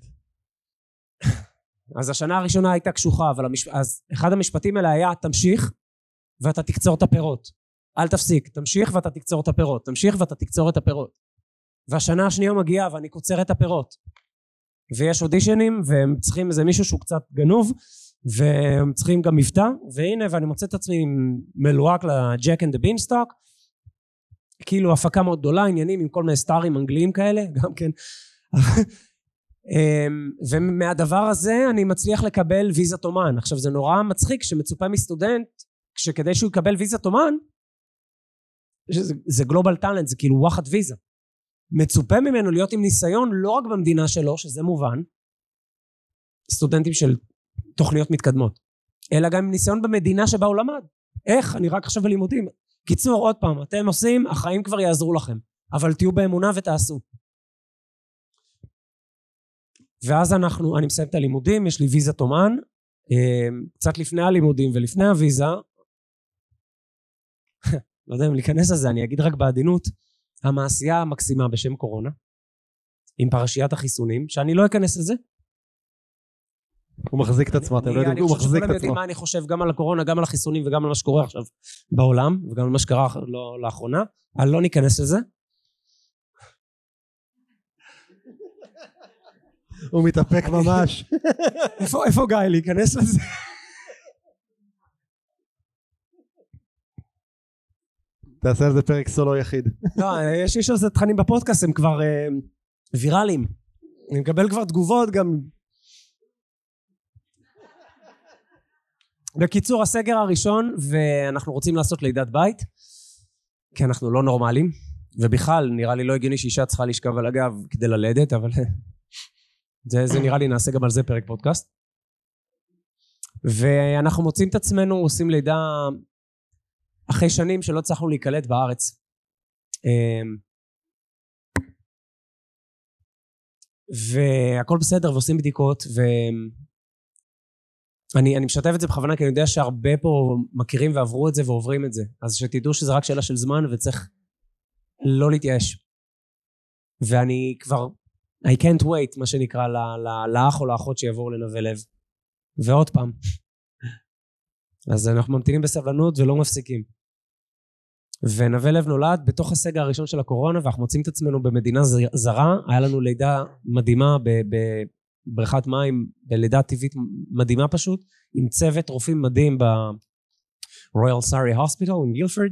אז השנה הראשונה הייתה קשוחה, אבל המש... אז אחד המשפטים האלה היה, תמשיך ואתה תקצור את הפירות. אל תפסיק, תמשיך ואתה תקצור את הפירות, תמשיך ואתה תקצור את הפירות. והשנה השנייה מגיעה ואני קוצר את הפירות. ויש אודישנים, והם צריכים איזה מישהו שהוא קצת גנוב, והם צריכים גם מבטא, והנה, ואני מוצא את עצמי מלוהק לג'ק אנד דה בינסטוק, כאילו הפקה מאוד גדולה, עניינים עם כל מיני סטארים אנגליים כאלה, גם כן. ומהדבר הזה אני מצליח לקבל ויזת אומן. עכשיו זה נורא מצחיק שמצופה מסטודנט, שכדי שהוא יקבל ויזת אומן, זה, זה גלובל טלנט, זה כאילו וואחד ויזה. מצופה ממנו להיות עם ניסיון לא רק במדינה שלו, שזה מובן, סטודנטים של תוכניות מתקדמות, אלא גם עם ניסיון במדינה שבה הוא למד. איך? אני רק עכשיו בלימודים. קיצור, עוד פעם, אתם עושים, החיים כבר יעזרו לכם, אבל תהיו באמונה ותעשו. ואז אנחנו, אני מסיים את הלימודים, יש לי ויזת אומן, קצת לפני הלימודים ולפני הוויזה, לא יודע אם להיכנס לזה, אני אגיד רק בעדינות, המעשייה המקסימה בשם קורונה, עם פרשיית החיסונים, שאני לא אכנס לזה. הוא מחזיק את עצמו, אתם לא יודעים, הוא מחזיק את עצמו. אני חושב שכולם יודעים מה אני חושב גם על הקורונה, גם על החיסונים וגם על מה שקורה עכשיו בעולם, וגם על מה שקרה לאחרונה, אני לא ניכנס לזה. הוא מתאפק ממש. איפה גיא להיכנס לזה? תעשה על זה פרק סולו יחיד. לא, יש על זה תכנים בפודקאסט, הם כבר ויראליים. אני מקבל כבר תגובות גם. בקיצור, הסגר הראשון, ואנחנו רוצים לעשות לידת בית, כי אנחנו לא נורמליים, ובכלל נראה לי לא הגיוני שאישה צריכה לשכב על הגב כדי ללדת, אבל זה, זה נראה לי נעשה גם על זה פרק פודקאסט. ואנחנו מוצאים את עצמנו, עושים לידה אחרי שנים שלא צריכנו להיקלט בארץ. והכל בסדר, ועושים בדיקות, ואני אני משתף את זה בכוונה, כי אני יודע שהרבה פה מכירים ועברו את זה ועוברים את זה. אז שתדעו שזה רק שאלה של זמן, וצריך לא להתייאש. ואני כבר, I can't wait, מה שנקרא, לאח או לאחות שיבואו לנווה לב. ועוד פעם. אז אנחנו ממתינים בסבלנות ולא מפסיקים. ונווה לב נולד בתוך הסגר הראשון של הקורונה, ואנחנו מוצאים את עצמנו במדינה זרה. היה לנו לידה מדהימה בבריכת מים, בלידה טבעית מדהימה פשוט, עם צוות רופאים מדהים ב-Royal Surrey Hospital in Guildford.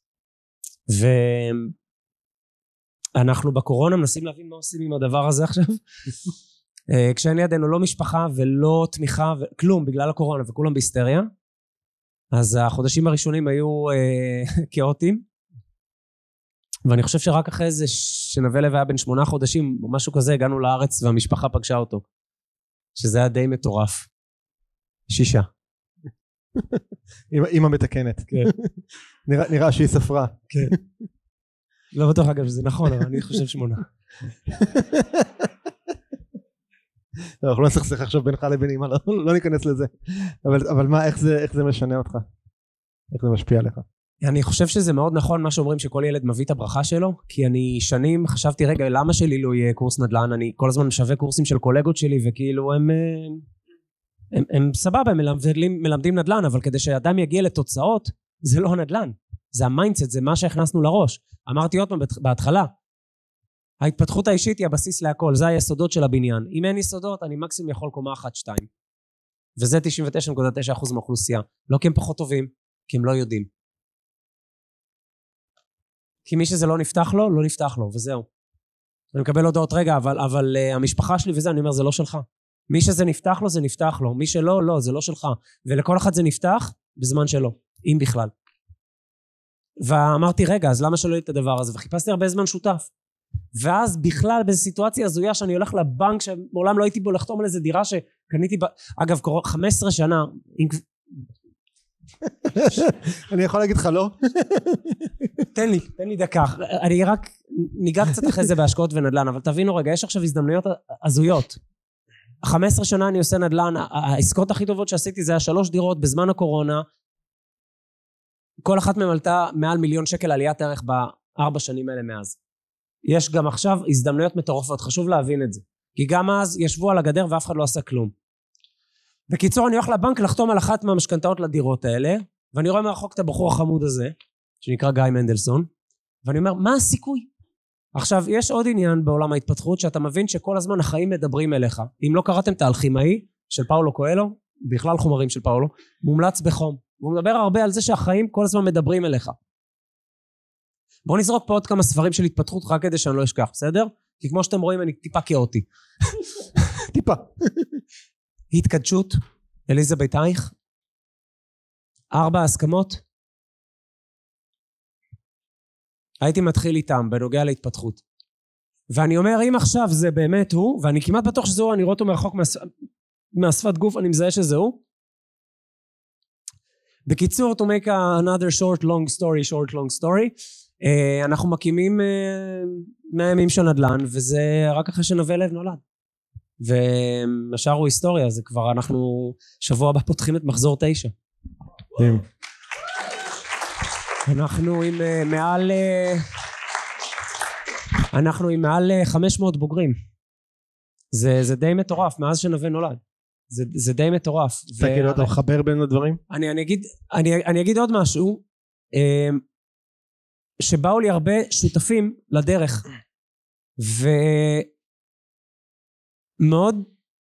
ואנחנו בקורונה מנסים להבין מה עושים עם הדבר הזה עכשיו. כשאין לידינו לא משפחה ולא תמיכה, כלום בגלל הקורונה, וכולם בהיסטריה. אז החודשים הראשונים היו אה, כאוטים, ואני חושב שרק אחרי זה שנווה לב היה בן שמונה חודשים או משהו כזה, הגענו לארץ והמשפחה פגשה אותו, שזה היה די מטורף. שישה. אמא מתקנת. כן. נראה, נראה שהיא ספרה. כן. לא בטוח אגב שזה נכון, אבל אני חושב שמונה. אנחנו לא נסכסך עכשיו בינך לבין אמא, לא ניכנס לזה. אבל מה, איך זה משנה אותך? איך זה משפיע עליך? אני חושב שזה מאוד נכון מה שאומרים שכל ילד מביא את הברכה שלו, כי אני שנים חשבתי רגע למה שלי לא יהיה קורס נדל"ן, אני כל הזמן משווה קורסים של קולגות שלי וכאילו הם הם, הם סבבה, הם מלמדים, מלמדים נדל"ן, אבל כדי שאדם יגיע לתוצאות זה לא נדל"ן, זה המיינדסט, זה מה שהכנסנו לראש. אמרתי עוד פעם בהתחלה, ההתפתחות האישית היא הבסיס להכל, זה היסודות של הבניין. אם אין יסודות אני מקסימום יכול קומה אחת שתיים, וזה תשעים ותשע נקודה תשע אחוז מהאוכלוסייה, לא כי הם פחות טובים, כי הם לא יודעים. כי מי שזה לא נפתח לו, לא נפתח לו, וזהו. אני מקבל הודעות, רגע, אבל, אבל uh, המשפחה שלי וזה, אני אומר, זה לא שלך. מי שזה נפתח לו, זה נפתח לו. מי שלא, לא, זה לא שלך. ולכל אחד זה נפתח בזמן שלו, אם בכלל. ואמרתי, רגע, אז למה שלא יהיה את הדבר הזה? וחיפשתי הרבה זמן שותף. ואז בכלל, באיזו סיטואציה הזויה, שאני הולך לבנק, שמעולם לא הייתי בו לחתום על איזה דירה שקניתי, ב... אגב, חמש עשרה שנה, אני יכול להגיד לך לא? תן לי, תן לי דקה, אני רק ניגע קצת אחרי זה בהשקעות ונדל"ן, אבל תבינו רגע, יש עכשיו הזדמנויות הזויות. חמש עשרה שנה אני עושה נדל"ן, העסקאות הכי טובות שעשיתי זה היה שלוש דירות בזמן הקורונה, כל אחת מהן עלתה מעל מיליון שקל עליית ערך בארבע שנים האלה מאז. יש גם עכשיו הזדמנויות מטורפות, חשוב להבין את זה, כי גם אז ישבו על הגדר ואף אחד לא עשה כלום. בקיצור, אני הולך לבנק לחתום על אחת מהמשכנתאות לדירות האלה, ואני רואה מרחוק את הבחור החמוד הזה, שנקרא גיא מנדלסון, ואני אומר, מה הסיכוי? עכשיו, יש עוד עניין בעולם ההתפתחות, שאתה מבין שכל הזמן החיים מדברים אליך. אם לא קראתם את האלכימאי של פאולו קואלו, בכלל חומרים של פאולו, מומלץ בחום. הוא מדבר הרבה על זה שהחיים כל הזמן מדברים אליך. בואו נזרוק פה עוד כמה ספרים של התפתחות, רק כדי שאני לא אשכח, בסדר? כי כמו שאתם רואים, אני טיפה כאוטי. טיפה. התקדשות, אליזבת אייך, ארבע הסכמות, הייתי מתחיל איתם בנוגע להתפתחות. ואני אומר, אם עכשיו זה באמת הוא, ואני כמעט בטוח שזה הוא, אני רואה אותו מרחוק מהשפת גוף, אני מזהה שזה הוא. בקיצור, to make another short long story, short long story, אנחנו מקימים מאה ימים של נדל"ן, וזה רק אחרי שנווה לב נולד. והשאר הוא היסטוריה, זה כבר אנחנו שבוע הבא פותחים את מחזור תשע. אנחנו עם מעל אנחנו עם מעל חמש מאות בוגרים. זה זה די מטורף מאז שנווה נולד. זה זה די מטורף. אתה כאילו אתה מחבר בין הדברים? אני אני אגיד אני אני אגיד עוד משהו, שבאו לי הרבה שותפים לדרך, ו מאוד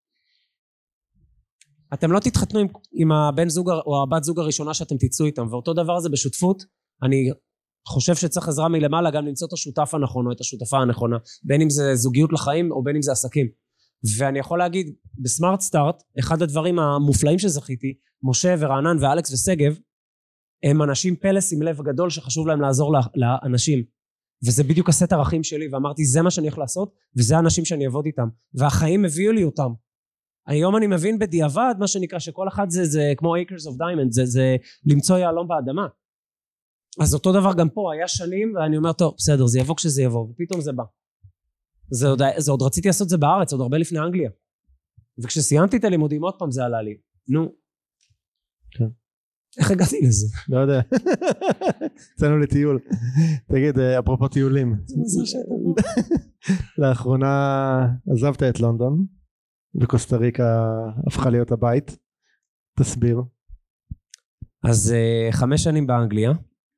אתם לא תתחתנו עם, עם הבן זוג או הבת זוג הראשונה שאתם תצאו איתם, ואותו דבר הזה בשותפות. אני חושב שצריך עזרה מלמעלה גם למצוא את השותף הנכון או את השותפה הנכונה, בין אם זה זוגיות לחיים או בין אם זה עסקים. ואני יכול להגיד בסמארט סטארט, אחד הדברים המופלאים שזכיתי, משה ורענן ואלכס וסגב, הם אנשים פלס עם לב גדול שחשוב להם לעזור לאנשים, וזה בדיוק הסט ערכים שלי, ואמרתי זה מה שאני הולך לעשות, וזה האנשים שאני אעבוד איתם, והחיים הביאו לי אותם. היום אני מבין בדיעבד מה שנקרא שכל אחד זה, זה כמו acres of diamond, זה, זה למצוא יעלום באדמה. אז אותו דבר גם פה, היה שנים ואני אומר טוב בסדר זה יבוא כשזה יבוא, ופתאום זה בא. זה עוד, זה עוד רציתי לעשות זה בארץ, עוד הרבה לפני אנגליה, וכשסיימתי את הלימודים עוד פעם זה עלה לי. נו כן. איך הגעתי לזה? לא יודע. יצאנו לטיול. תגיד, אפרופו טיולים, לאחרונה עזבת את לונדון וקוסטה ריקה הפכה להיות הבית, תסביר. אז חמש שנים באנגליה,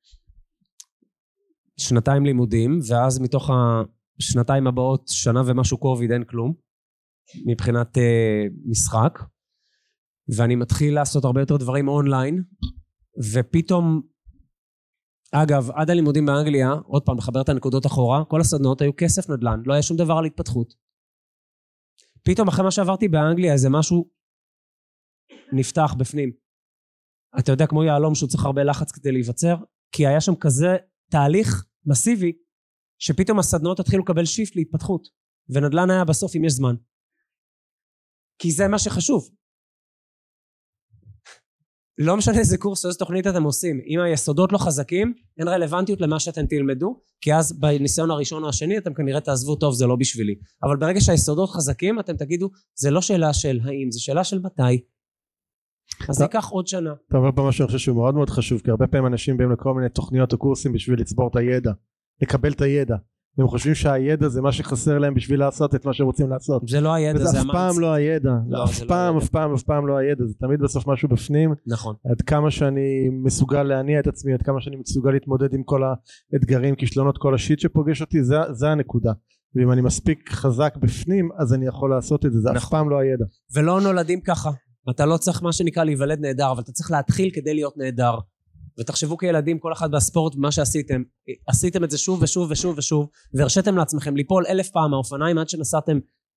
שנתיים לימודים, ואז מתוך השנתיים הבאות שנה ומשהו קוביד, אין כלום מבחינת משחק, ואני מתחיל לעשות הרבה יותר דברים אונליין, ופתאום אגב עד הלימודים באנגליה, עוד פעם מחבר את הנקודות אחורה, כל הסדנות היו כסף נדל"ן, לא היה שום דבר על התפתחות. פתאום אחרי מה שעברתי באנגליה איזה משהו נפתח בפנים, אתה יודע כמו יעלום שהוא צריך הרבה לחץ כדי להיווצר, כי היה שם כזה תהליך מסיבי שפתאום הסדנות התחילו לקבל שיפט להתפתחות, ונדל"ן היה בסוף אם יש זמן, כי זה מה שחשוב. לא משנה איזה קורס או איזה תוכנית אתם עושים, אם היסודות לא חזקים, אין רלוונטיות למה שאתם תלמדו, כי אז בניסיון הראשון או השני אתם כנראה תעזבו טוב, זה לא בשבילי. אבל ברגע שהיסודות חזקים, אתם תגידו, זה לא שאלה של האם, זה שאלה של מתי. אז זה ייקח עוד שנה. אתה אומר פה משהו שאני חושב שהוא מאוד מאוד חשוב, כי הרבה פעמים אנשים באים לכל מיני תוכניות או קורסים בשביל לצבור את הידע, לקבל את הידע. והם חושבים שהידע זה מה שחסר להם בשביל לעשות את מה שהם רוצים לעשות. זה לא הידע, זה אף פעם לא הידע. אף פעם, אף פעם, אף פעם לא הידע. זה תמיד בסוף משהו בפנים. נכון. עד כמה שאני מסוגל להניע את עצמי, עד כמה שאני מסוגל להתמודד עם כל האתגרים, כישלונות, כל השיט שפוגש אותי, זה, זה הנקודה. ואם אני מספיק חזק בפנים, אז אני יכול לעשות את זה. זה אף פעם לא הידע. ולא נולדים ככה. אתה לא צריך מה שנקרא להיוולד נהדר, אבל אתה צריך להתחיל כדי להיות נהדר. ותחשבו כילדים, כל אחד בספורט, מה שעשיתם, עשיתם את זה שוב ושוב ושוב ושוב, והרשיתם לעצמכם ליפול אלף פעם מהאופניים עד שנסעתם.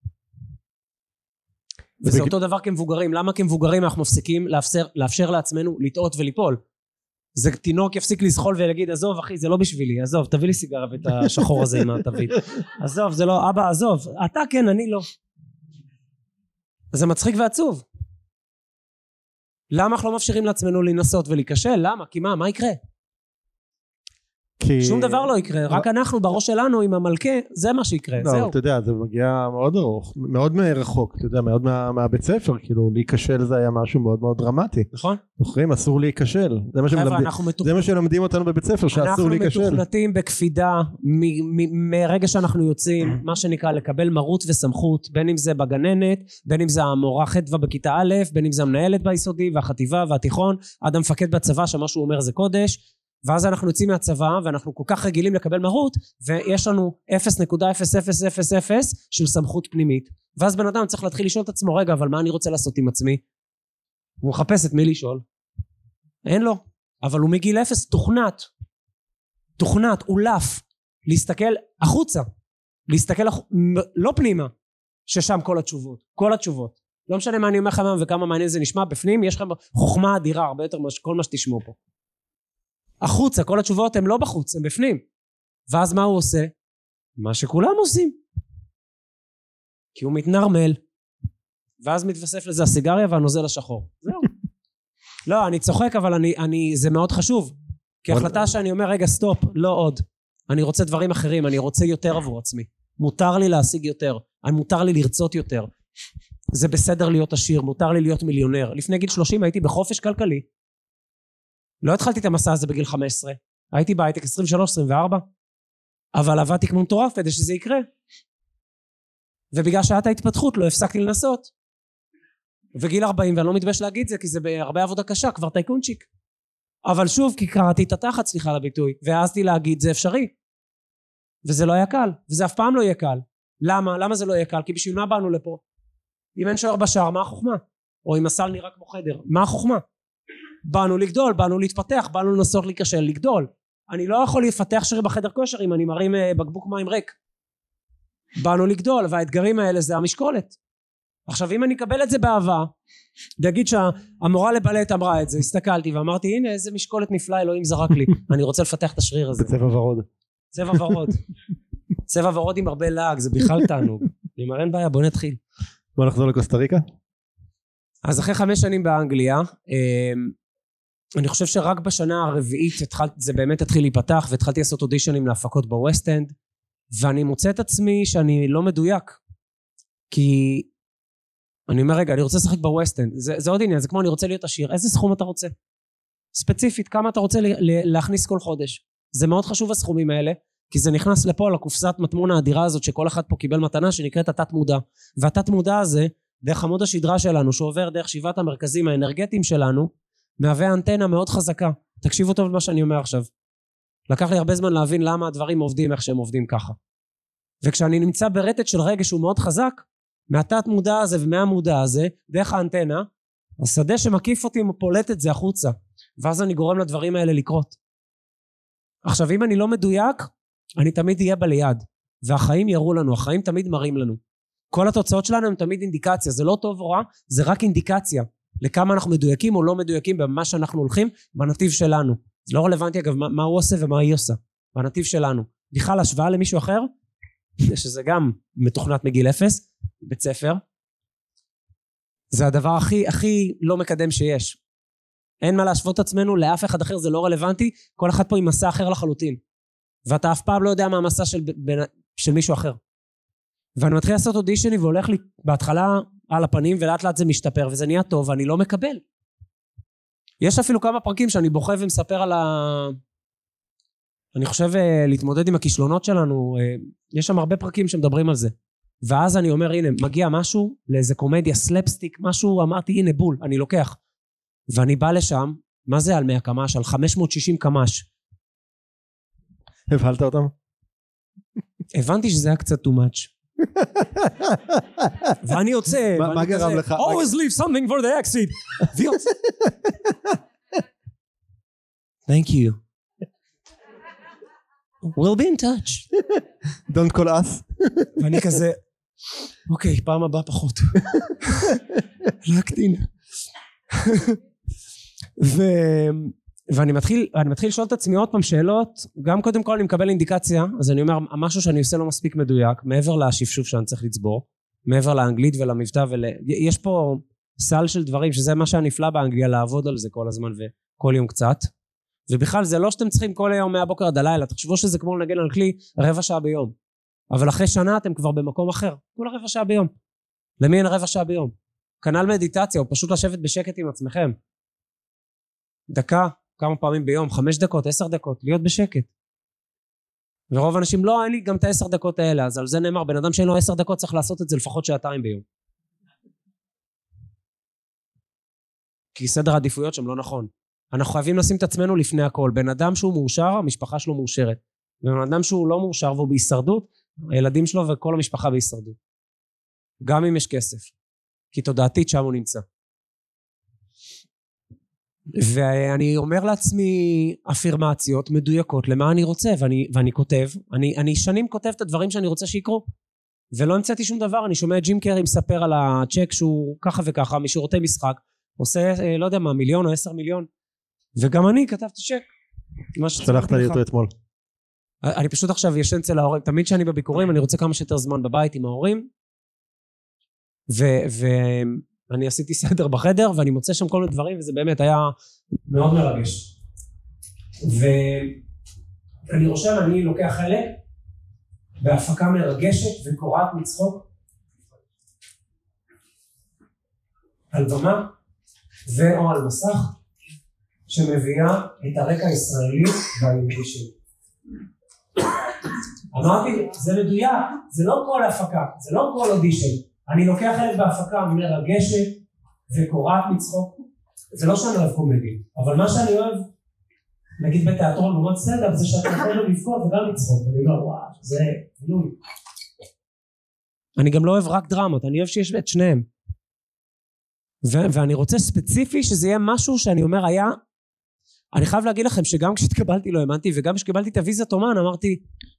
וזה אותו דבר כמבוגרים. למה כמבוגרים אנחנו מפסיקים לאפשר, לאפשר לעצמנו לטעות וליפול? זה תינוק יפסיק לזחול ולהגיד, עזוב אחי, זה לא בשבילי, עזוב, תביא לי סיגרה ואת השחור הזה עם התווית. עזוב, זה לא, אבא, עזוב, אתה כן, אני לא. זה מצחיק ועצוב. למה אנחנו לא מאפשרים לעצמנו לנסות ולהיכשל? למה? כי מה? מה יקרה? כי... שום דבר לא יקרה, רק אנחנו בראש שלנו עם המלכה, זה מה שיקרה, לא, זהו. אתה יודע, זה מגיע מאוד ארוך, מאוד רחוק, אתה יודע, מאוד מה, מהבית ספר, כאילו להיכשל זה היה משהו מאוד מאוד דרמטי. נכון. זוכרים, אסור להיכשל. זה מה שמלמדים, מתוכ... זה מה שלמדים אותנו בבית ספר, שאסור להיכשל. אנחנו מתוכנתים בקפידה, מרגע שאנחנו יוצאים, מה שנקרא לקבל מרות וסמכות, בין אם זה בגננת, בין אם זה המורה חדווה בכיתה א', בין אם זה המנהלת ביסודי והחטיבה והתיכון, עד המפקד בצבא שמה שהוא אומר זה קודש. ואז אנחנו יוצאים מהצבא ואנחנו כל כך רגילים לקבל מרות, ויש לנו אפס נקודה אפס אפס אפס אפס של סמכות פנימית, ואז בן אדם צריך להתחיל לשאול את עצמו, רגע, אבל מה אני רוצה לעשות עם עצמי? הוא מחפש את מי לשאול, אין לו, אבל הוא מגיל אפס תוכנת, תוכנת, הוא לף, להסתכל החוצה, להסתכל הח... לא פנימה, ששם כל התשובות, כל התשובות, לא משנה מה אני אומר לכם וכמה מעניין זה נשמע, בפנים יש לכם חוכמה אדירה, הרבה יותר כל מה שתשמעו פה. החוצה, כל התשובות הן לא בחוץ, הן בפנים. ואז מה הוא עושה? מה שכולם עושים. כי הוא מתנרמל. ואז מתווסף לזה הסיגריה והנוזל השחור. זהו. לא, אני צוחק, אבל אני, אני, זה מאוד חשוב. כי החלטה שאני אומר, רגע, סטופ, לא עוד. אני רוצה דברים אחרים, אני רוצה יותר עבור עצמי. מותר לי להשיג יותר. מותר לי לרצות יותר. זה בסדר להיות עשיר, מותר לי להיות מיליונר. לפני גיל שלושים הייתי בחופש כלכלי. לא התחלתי את המסע הזה בגיל חמש עשרה, הייתי בהייטק עשרים ושלוש עשרים וארבע, אבל עבדתי כמו מטורף כדי שזה יקרה, ובגלל שעת ההתפתחות לא הפסקתי לנסות, וגיל ארבעים, ואני לא מתבייש להגיד זה כי זה בהרבה עבודה קשה, כבר טייקונצ'יק, אבל שוב כי קראתי את התחת, סליחה על הביטוי, והעזתי להגיד זה אפשרי, וזה לא היה קל, וזה אף פעם לא יהיה קל. למה? למה זה לא יהיה קל? כי בשביל מה באנו לפה? אם אין שוער בשער, מה החוכמה? או אם הסל נראה כמו חדר, מה החוכמה? באנו לגדול, באנו להתפתח, באנו לנסות להיכשל, לגדול. אני לא יכול לפתח שרי בחדר כושר אם אני מרים בקבוק מים ריק. באנו לגדול, והאתגרים האלה זה המשקולת. עכשיו אם אני אקבל את זה באהבה, להגיד שהמורה לבלט אמרה את זה, הסתכלתי ואמרתי הנה איזה משקולת נפלא אלוהים זרק לי, אני רוצה לפתח את השריר הזה. בצבע ורוד. צבע ורוד. צבע ורוד עם הרבה לעג, זה בכלל תענוג. אני אומר אין בעיה, בוא נתחיל. בוא נחזור לקוסטה ריקה. אז אחרי חמש שנים באנגליה, אני חושב שרק בשנה הרביעית התחלתי, זה באמת התחיל להיפתח, והתחלתי לעשות אודישנים להפקות בווסט אנד, ואני מוצא את עצמי שאני לא מדויק, כי אני אומר רגע, אני רוצה לשחק בווסט אנד, זה, זה עוד עניין, זה כמו אני רוצה להיות עשיר, איזה סכום אתה רוצה? ספציפית, כמה אתה רוצה להכניס כל חודש? זה מאוד חשוב הסכומים האלה, כי זה נכנס לפה לקופסת מטמון האדירה הזאת, שכל אחד פה קיבל מתנה שנקראת התת מודע, והתת מודע הזה, דרך עמוד השדרה שלנו, שעובר דרך שבעת המרכזים האנרגטיים שלנו, מהווה אנטנה מאוד חזקה. תקשיבו טוב למה שאני אומר עכשיו. לקח לי הרבה זמן להבין למה הדברים עובדים איך שהם עובדים ככה. וכשאני נמצא ברטט של רגש שהוא מאוד חזק, מהתת מודע הזה ומהמודע הזה, דרך האנטנה, השדה שמקיף אותי פולט את זה החוצה, ואז אני גורם לדברים האלה לקרות. עכשיו אם אני לא מדויק, אני תמיד אהיה בליד, והחיים יראו לנו, החיים תמיד מראים לנו. כל התוצאות שלנו הם תמיד אינדיקציה, זה לא טוב או רע, זה רק אינדיקציה. לכמה אנחנו מדויקים או לא מדויקים במה שאנחנו הולכים בנתיב שלנו. זה לא רלוונטי אגב מה, מה הוא עושה ומה היא עושה בנתיב שלנו. בכלל השוואה למישהו אחר שזה גם מתוכנת מגיל אפס בית ספר, זה הדבר הכי הכי לא מקדם שיש. אין מה להשוות עצמנו לאף אחד אחר, זה לא רלוונטי, כל אחד פה עם מסע אחר לחלוטין. ואתה אף פעם לא יודע מה המסע של, של מישהו אחר. ואני מתחיל לעשות אודישני והולך לי בהתחלה על הפנים, ולאט לאט זה משתפר, וזה נהיה טוב, ואני לא מקבל. יש אפילו כמה פרקים שאני בוכה ומספר על ה... אני חושב להתמודד עם הכישלונות שלנו, יש שם הרבה פרקים שמדברים על זה. ואז אני אומר, הנה, מגיע משהו, לאיזה קומדיה, סלפסטיק, משהו, אמרתי, הנה בול, אני לוקח. ואני בא לשם, מה זה על מאה קמ"ש? על חמש מאות ושישים קמ"ש. הבהלת אותם? הבנתי שזה היה קצת too much. ואני יוצא, מה גרם לך? always leave something for the exit. Thank you. We'll be in touch. Don't call us. ואני כזה, אוקיי, פעם הבאה פחות. להקטין. ו... ואני מתחיל, אני מתחיל לשאול את עצמי עוד פעם שאלות, גם קודם כל אני מקבל אינדיקציה, אז אני אומר, משהו שאני עושה לא מספיק מדויק, מעבר לשפשוף שאני צריך לצבור, מעבר לאנגלית ולמבטא, ול... יש פה סל של דברים, שזה מה שהנפלא באנגליה, לעבוד על זה כל הזמן וכל יום קצת, ובכלל זה לא שאתם צריכים כל היום מהבוקר עד הלילה, תחשבו שזה כמו לנגן על כלי רבע שעה ביום, אבל אחרי שנה אתם כבר במקום אחר, כל רבע שעה ביום. למי אין רבע שעה ביום? כנ"ל מדיטציה, או פשוט לשבת בשקט עם עצמכם. דקה, כמה פעמים ביום, חמש דקות, עשר דקות, להיות בשקט. ורוב האנשים, לא, אין לי גם את העשר דקות האלה, אז על זה נאמר, בן אדם שאין לו עשר דקות צריך לעשות את זה לפחות שעתיים ביום. כי סדר העדיפויות שם לא נכון. אנחנו חייבים לשים את עצמנו לפני הכל. בן אדם שהוא מאושר, המשפחה שלו מאושרת. ובן אדם שהוא לא מאושר והוא בהישרדות, הילדים שלו וכל המשפחה בהישרדות. גם אם יש כסף. כי תודעתית שם הוא נמצא. ואני אומר לעצמי אפירמציות מדויקות למה אני רוצה, ואני, ואני כותב, אני, אני שנים כותב את הדברים שאני רוצה שיקרו, ולא המצאתי שום דבר. אני שומע ג'ים קרי מספר על הצ'ק שהוא ככה וככה, משירותי משחק, עושה, לא יודע מה, מיליון או עשר מיליון, וגם אני כתבתי צ'ק. שלחת לי אותו אתמול. אני פשוט עכשיו ישן אצל ההורים, תמיד שאני בביקורים, אני רוצה כמה שיותר זמן בבית עם ההורים, ו... ו אני עשיתי סדר בחדר ואני מוצא שם כל מיני דברים, וזה באמת היה מאוד מרגש. ואני רושם, אני לוקח חלק בהפקה מרגשת וקורעת מצחוק על במה ואו על מסך שמביאה את הרקע הישראלי והיהודי שלי. אמרתי, זה מדויק, זה לא כל הפקה, זה לא כל אודישן. אני לוקח חלק בהפקה מרגשת וקורעת מצחוק. זה לא שאני אוהב קומדיה, אבל מה שאני אוהב, נגיד בתיאטרון לעומת סטנדאפ, זה שאתה יכול גם לבכות וגם לצחוק. אני אומר, וואו, זה גילוי. אני גם לא אוהב רק דרמות, אני אוהב שיש את שניהם. ו- ואני רוצה ספציפי שזה יהיה משהו שאני אומר היה, אני חייב להגיד לכם שגם כשהתקבלתי לא האמנתי, וגם כשקיבלתי את הוויזת אומן אמרתי,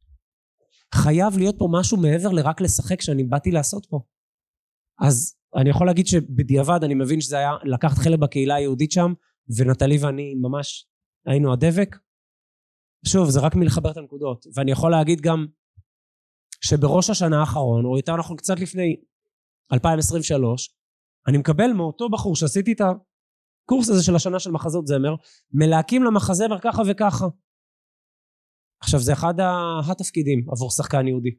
חייב להיות פה משהו מעבר לרק לשחק שאני באתי לעשות פה. אז אני יכול להגיד שבדיעבד אני מבין שזה היה לקחת חלק בקהילה היהודית שם, ונטלי ואני ממש היינו הדבק. שוב, זה רק מלחבר את הנקודות. ואני יכול להגיד גם שבראש השנה האחרון, או יותר נכון קצת לפני אלפיים עשרים ושלוש, אני מקבל מאותו בחור שעשיתי את הקורס הזה של השנה של מחזות זמר, מלהקים למחזמר ככה וככה. עכשיו זה אחד התפקידים עבור שחקן יהודי.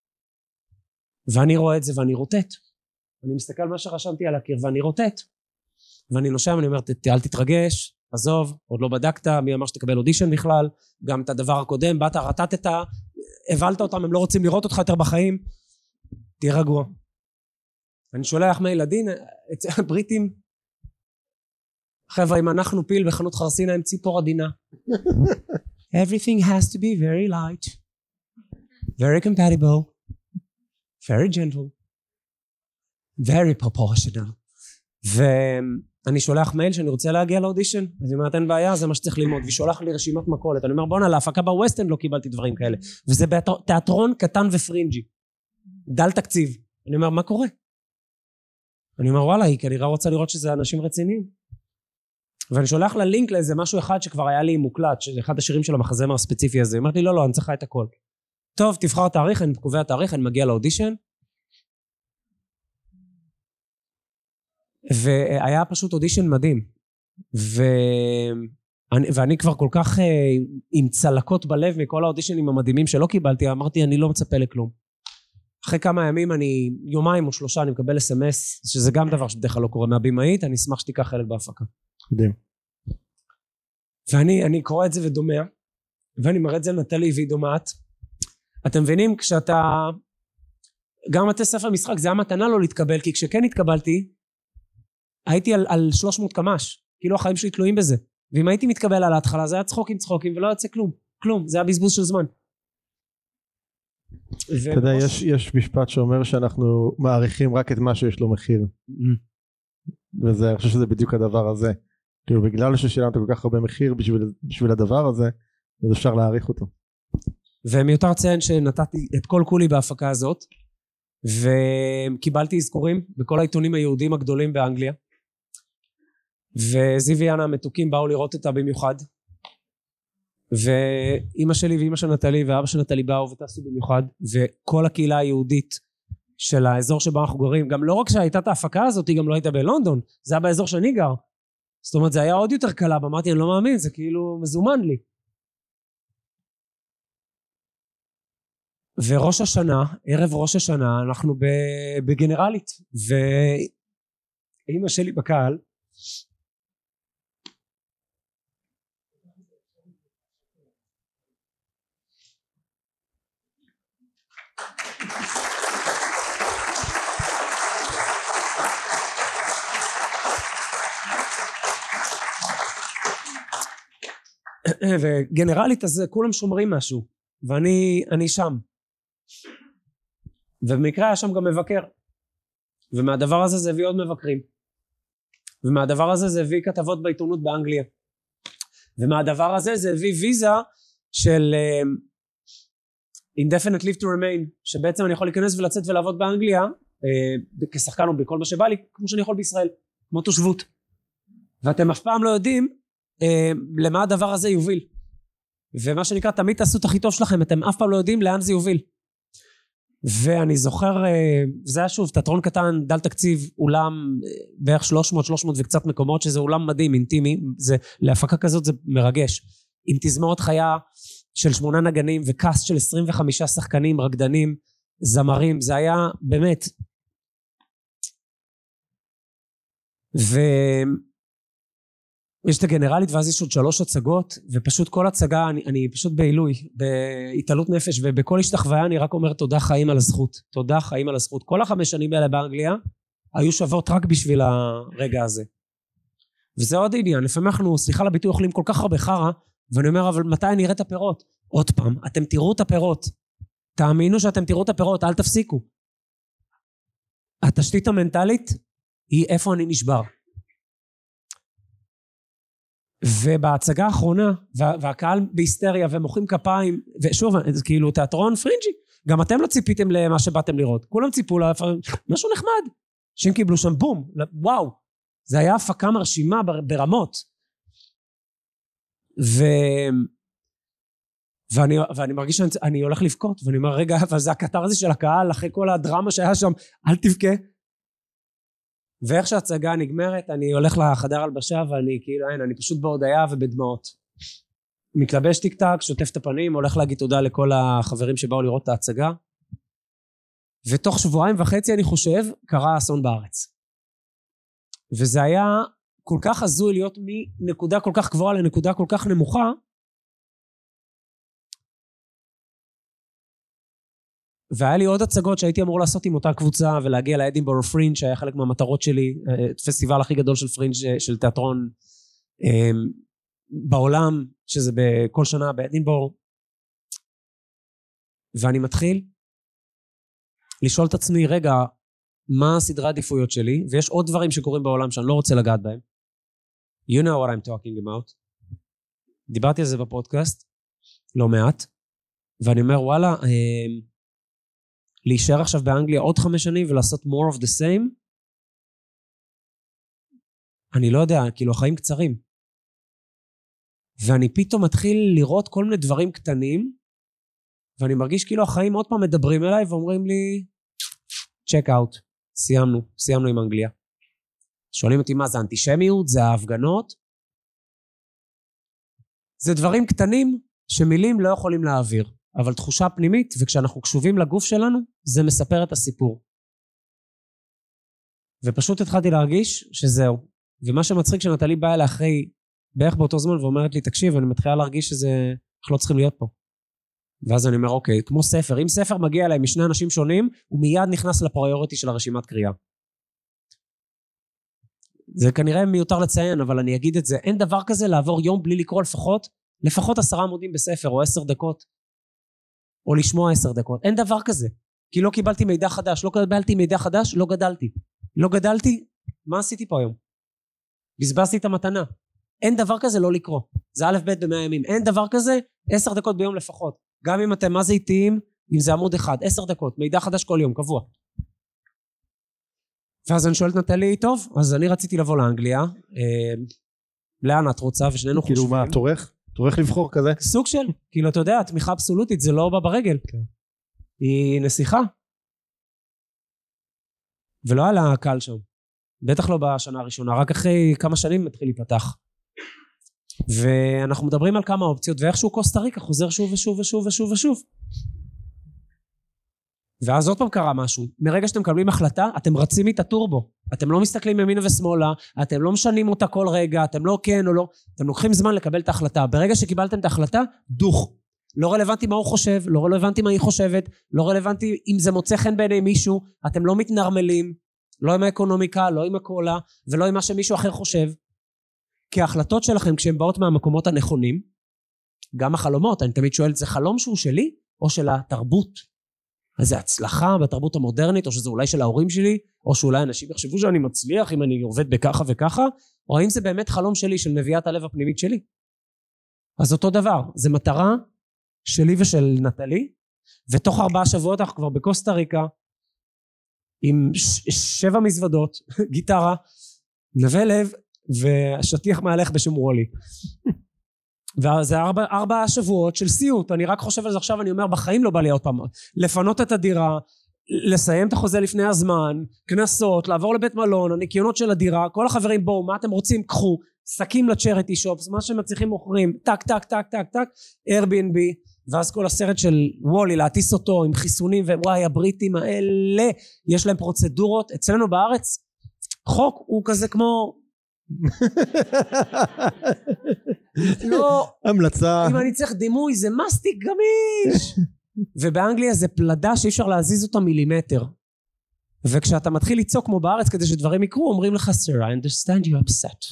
ואני רואה את זה ואני רוטט. אני מסתכל על מה שרשמתי על הקיר ואני רוטט. ואני נושם, אני אומר, אל תתרגש, עזוב, עוד לא בדקת, מי אמר שתקבל אודישן בכלל, גם את הדבר הקודם, באת, רטטת, הבלת אותם, הם לא רוצים לראות אותך יותר בחיים, תהיה רגוע. אני שולח מהילדים, את הבריטים, חבר'ה, אם אנחנו פיל בחנות חרסינה עם ציפור עדינה. Everything has to be very light, very compatible, very gentle, very proportional. ואני שולח מייל שאני רוצה להגיע לאודישן, אז היא אומרת אין בעיה, זה מה שצריך ללמוד, והיא שולח לי רשימת מכולת. אני אומר בוא'נה, להפקה בווסטנד לא קיבלתי דברים כאלה, וזה בתיאטרון קטן ופרינג'י, דל תקציב. אני אומר מה קורה? אני אומר וואלה, היא כנראה רוצה לראות שזה אנשים רציניים. ואני שולח לה לינק לאיזה משהו אחד שכבר היה לי מוקלט, שזה אחד השירים של המחזמר הספציפי הזה. היא אומרת לי לא לא, אני צריכה את הכל. טוב, תבחר תאריך, אני קובע תאריך, אני מגיע לאודישן. והיה פשוט אודישן מדהים. ואני, ואני כבר כל כך עם צלקות בלב מכל האודישנים המדהימים שלא קיבלתי, אמרתי אני לא מצפה לכלום. אחרי כמה ימים, אני, יומיים או שלושה, אני מקבל אס אם אס, שזה גם דבר שבדרך כלל לא קורה מהבימאית, אני אשמח שתיקח חלק בהפקה. מדהים. ואני אני קורא את זה ודומע, ואני מראה את זה לנטלי והיא דומעת. אתם מבינים, כשאתה, גם בתי ספר משחק, זה היה מתנה לא להתקבל, כי כשכן התקבלתי, הייתי על, על שלוש מאות קמ"ש, כאילו החיים שלי תלויים בזה. ואם הייתי מתקבל על ההתחלה, זה היה צחוקים צחוקים, ולא יוצא כלום, כלום, זה היה בזבוז של זמן. אתה יודע, יש, יש משפט שאומר שאנחנו מעריכים רק את מה שיש לו מחיר. וזה, אני חושב שזה בדיוק הדבר הזה. כאילו, בגלל ששילמת כל כך הרבה מחיר בשביל, בשביל הדבר הזה, אז אפשר להעריך אותו. ומיותר ציין שנתתי את כל כולי בהפקה הזאת, וקיבלתי אזכורים בכל העיתונים היהודים הגדולים באנגליה, וזיו ויאנה המתוקים באו לראות אותה במיוחד, ואימא שלי ואימא של נטלי ואבא של נטלי באו וטסו במיוחד, וכל הקהילה היהודית של האזור שבו אנחנו גרים, גם לא רק שהייתה את ההפקה הזאת, היא גם לא הייתה בלונדון, זה היה באזור שאני גר, זאת אומרת זה היה עוד יותר קלה, אמרתי אני לא מאמין, זה כאילו מזומן לי. וראש השנה, ערב ראש השנה, אנחנו בגנרלית, ואימא שלי בקהל, וגנרלית אז כולם שומרים משהו, ואני אני שם. ובמקרה היה שם גם מבקר, ומהדבר הזה זה הביא עוד מבקרים, ומהדבר הזה זה הביא כתבות בעיתונות באנגליה, ומהדבר הזה זה הביא ויזה של uh, indefinite leave to remain, שבעצם אני יכול להיכנס ולצאת ולעבוד באנגליה uh, כשחקן או בכל מה שבא לי, כמו שאני יכול בישראל, כמו תושבות. ואתם אף פעם לא יודעים uh, למה הדבר הזה יוביל, ומה שנקרא תמיד תעשו את הכי טוב שלכם, אתם אף פעם לא יודעים לאן זה יוביל. ואני זוכר, זה היה שוב תיאטרון קטן, דל תקציב, אולם בערך שלוש מאות שלוש מאות וקצת מקומות, שזה אולם מדהים, אינטימי, זה, להפקה כזאת זה מרגש, עם תזמורת חיה של שמונה נגנים וקאסט של עשרים וחמישה שחקנים, רקדנים, זמרים, זה היה באמת. ויש את הגנרלית ואז יש עוד שלוש הצגות, ופשוט כל הצגה, אני, אני פשוט בעילוי, בהתעלות נפש, ובכל השתחוויה אני רק אומר תודה חיים על הזכות, תודה חיים על הזכות. כל החמש שנים האלה באנגליה, היו שוות רק בשביל הרגע הזה. וזה עוד עניין, לפעמים אנחנו, סליחה לביטוי, אוכלים כל כך הרבה חרה, ואני אומר, אבל מתי אני אראה את הפירות? עוד פעם, אתם תראו את הפירות, תאמינו שאתם תראו את הפירות, אל תפסיקו. התשתית המנטלית היא איפה אני נשבר. ובהצגה האחרונה, וה, והקהל בהיסטריה ומוחאים כפיים, ושוב, זה כאילו תיאטרון פרינג'י, גם אתם לא ציפיתם למה שבאתם לראות, כולם ציפו למשהו נחמד, שהם קיבלו שם בום, וואו, זה היה הפקה מרשימה ברמות, ו... ואני, ואני מרגיש שאני הולך לבכות, ואני אומר רגע, אבל זה הקטרזי של הקהל, אחרי כל הדרמה שהיה שם, אל תבכה, ואיך שההצגה נגמרת, אני הולך לחדר הלבשה, ואני כאילו, אין, אני פשוט בהודעה ובדמעות. מתלבש טיק טק, שוטף את הפנים, הולך להגיד תודה לכל החברים שבאו לראות את ההצגה, ותוך שבועיים וחצי, אני חושב, קרה אסון בארץ. וזה היה כל כך הזוי להיות מנקודה כל כך גבוהה לנקודה כל כך נמוכה, והיה לי עוד הצגות שהייתי אמור לעשות עם אותה קבוצה ולהגיע לאדינבורו פרינג' שהיה חלק מהמטרות שלי, פסטיבל הכי גדול של פרינג' של תיאטרון בעולם, שזה בכל שנה באדינבורו. ואני מתחיל לשאול את עצמי, רגע, מה הסדרי העדיפויות שלי? ויש עוד דברים שקורים בעולם שאני לא רוצה לגעת בהם. You know what I'm talking about. דיברתי על זה בפודקאסט, לא מעט, ואני אומר, וואלה, להישאר עכשיו באנגליה עוד חמש שנים ולעשות more of the same, אני לא יודע, כאילו החיים קצרים. ואני פתאום מתחיל לראות כל מיני דברים קטנים, ואני מרגיש כאילו החיים עוד פעם מדברים אליי ואומרים לי, check out, סיימנו, סיימנו עם אנגליה. שואלים אותי מה זה אנטישמיות, זה ההפגנות, זה דברים קטנים שמילים לא יכולים להעביר, אבל תחושה פנימית, וכשאנחנו קשובים לגוף שלנו, זה מספר את הסיפור. ופשוט התחלתי להרגיש שזהו. ומה שמצחיק שנטלי באה אליי אחרי בערך באותו זמן ואומרת לי, תקשיב, אני מתחילה להרגיש שזה, אנחנו לא צריכים להיות פה. ואז אני אומר, אוקיי, כמו ספר, אם ספר מגיע אליי משני אנשים שונים, הוא מיד נכנס לפריוריטי של הרשימת קריאה. זה כנראה מיותר לציין, אבל אני אגיד את זה, אין דבר כזה לעבור יום בלי לקרוא לפחות, לפחות עשרה עמודים בספר, או עשר דקות, או לשמוע עשר דקות, אין דבר כזה, כי לא קיבלתי מידע חדש, לא קיבלתי מידע חדש, לא גדלתי, לא גדלתי, מה עשיתי פה היום? בזבזתי את המתנה, אין דבר כזה לא לקרוא, זה א' ב' במאה ימים, אין דבר כזה, עשר דקות ביום לפחות, גם אם אתם מה זה איטיים, אם זה עמוד אחד, עשר דקות, מידע חדש כל יום, קבוע. ואז אני שואלת נטלי, טוב, אז אני רציתי לבוא לאנגליה, אה, לאן את רוצה, ושנינו חושבים. כאילו מה, תורך? תורך לבחור כזה? סוג של, כאילו אתה יודע, תמיכה אבסולוטית, זה לא בא ברגל. כן. היא נסיכה. ולא היה לה קל שם. בטח לא בשנה הראשונה, רק אחרי כמה שנים מתחיל להיפתח. ואנחנו מדברים על כמה אופציות, ואיכשהו קוסטה ריקה חוזר שוב ושוב ושוב ושוב ושוב. ואז עוד פעם קרה משהו, מרגע שאתם מקבלים החלטה, אתם רצים איתה טורבו, אתם לא מסתכלים ימינה ושמאלה, אתם לא משנים אותה כל רגע, אתם לא כן או לא, אתם לוקחים זמן לקבל את ההחלטה, ברגע שקיבלתם את ההחלטה, דוך, לא רלוונטי מה הוא חושב, לא רלוונטי מה היא חושבת, לא רלוונטי אם זה מוצא חן בעיני מישהו, אתם לא מתנרמלים, לא עם האקונומיקה, לא עם הקולה, ולא עם מה שמישהו אחר חושב, כי ההחלטות שלכם כשהן באות מהמקומות הנכונים, גם החלומות, אני תמיד שואל, זה חלום שהוא שלי או של התרבות? אז זה הצלחה בתרבות המודרנית, או שזה אולי של ההורים שלי, או שאולי אנשים יחשבו שאני מצליח אם אני עובד בככה וככה, או האם זה באמת חלום שלי של נביאת הלב הפנימית שלי. אז אותו דבר, זה מטרה שלי ושל נטלי, ותוך ארבעה שבועות אנחנו כבר בקוסטה ריקה, עם ש- שבע מזוודות, גיטרה, נווה לב, ושטיח מהלך בשם רולי. וזה ארבע, ארבע שבועות של סיוט, אני רק חושב על זה עכשיו, אני אומר, בחיים לא בא לי עוד פעם, לפנות את הדירה, לסיים את החוזה לפני הזמן, כנסות, לעבור לבית מלון, הניקיונות של הדירה, כל החברים בואו, מה אתם רוצים, קחו, סכים לצ'ריטי שופס, מה שמצליחים מוכרים, טק, טק, טק, טק, טק, Airbnb, ואז כל הסרט של וולי, להטיס אותו עם חיסונים, ווואי, הבריטים האלה, יש להם פרוצדורות, אצלנו בארץ, חוק הוא כזה כמו, לא, המלצה, אם אני צריך דימוי זה מסטיק גמיש, ובאנגליה זה פלדה שאי אפשר להזיז אותה מילימטר, וכשאתה מתחיל ליצוק כמו בארץ כדי שדברים יקרו אומרים לך sir I understand you're upset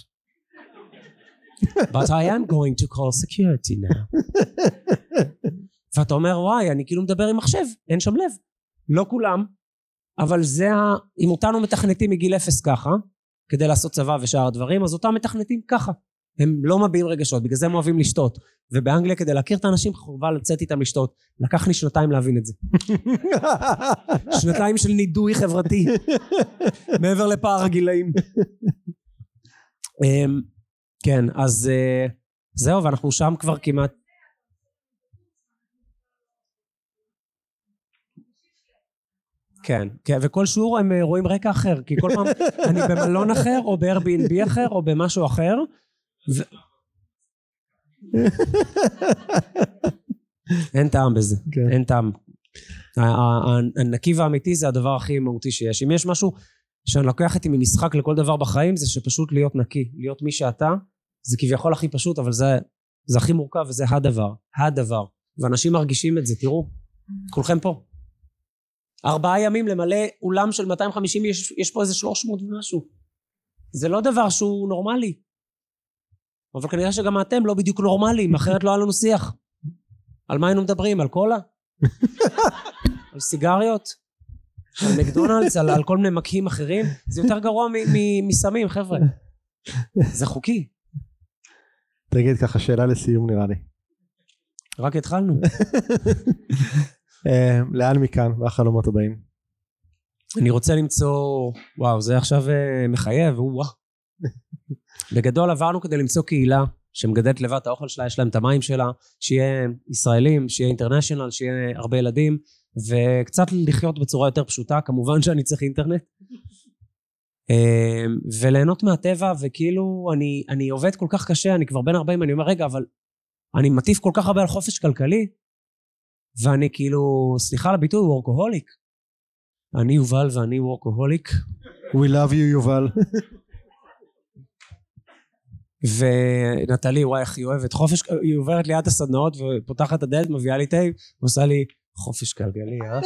but I am going to call security now ואתה אומר וואי אני כאילו מדבר עם מחשב, אין שם לב, לא כולם, אבל זה ה... אם אותנו מתכנתים מגיל אפס ככה כדי לעשות צבא ושאר הדברים, אז אותם מתכנתים ככה, הם לא מביעים רגשות, בגלל זה הם אוהבים לשתות, ובאנגליה כדי להכיר את האנשים חובה לצאת איתם לשתות, לקח לי שנתיים להבין את זה. שנתיים של נידוי חברתי, מעבר לפער הגילאים. כן, אז זהו, ואנחנו שם כבר כמעט, כן, כן, וכל שיעור הם רואים רקע אחר, כי כל פעם אני במלון אחר, או ב-Airbnb אחר, או במשהו אחר, ו... אין טעם בזה, כן. אין טעם. הנקי והאמיתי זה הדבר הכי מהותי שיש. אם יש משהו שאני לוקח איתי ממשחק לכל דבר בחיים, זה שפשוט להיות נקי, להיות מי שאתה, זה כביכול הכי פשוט, אבל זה, זה הכי מורכב, וזה הדבר, הדבר. ואנשים מרגישים את זה, תראו, כולכם פה. ארבעה ימים למלא אולם של מאתיים וחמישים, יש, יש פה איזה שלוש מאות ומשהו. זה לא דבר שהוא נורמלי. אבל כנראה שגם אתם לא בדיוק נורמליים, אחרת לא היה לנו שיח. על מה היינו מדברים? על קולה? על סיגריות? על מקדונלדס? על, על כל מיני מקהים אחרים? זה יותר גרוע מסמים, חבר'ה. זה חוקי. תגיד ככה שאלה לסיום נראה לי. רק התחלנו. לאן מכאן והחלומות הבאים? אני רוצה למצוא, וואו זה עכשיו מחייב, וואו. בגדול עברנו כדי למצוא קהילה שמגדלת לבד את האוכל שלה, יש להם את המים שלה, שיהיה ישראלים, שיהיה אינטרנשיונל, שיהיה הרבה ילדים, וקצת לחיות בצורה יותר פשוטה, כמובן שאני צריך אינטרנט, וליהנות מהטבע, וכאילו אני, אני עובד כל כך קשה, אני כבר בין ארבעים, אני אומר רגע, אבל אני מטיף כל כך הרבה על חופש כלכלי, ואני כאילו, סליחה על הביטוי, וורקוהוליק. אני יובל ואני וורקוהוליק. We love you יובל. ונטלי, וואי, איך היא אוהבת חופש, היא עוברת ליד הסדנאות ופותחת את הדלת, מביאה לי טייפ, ועושה לי חופש כלכלי, אה?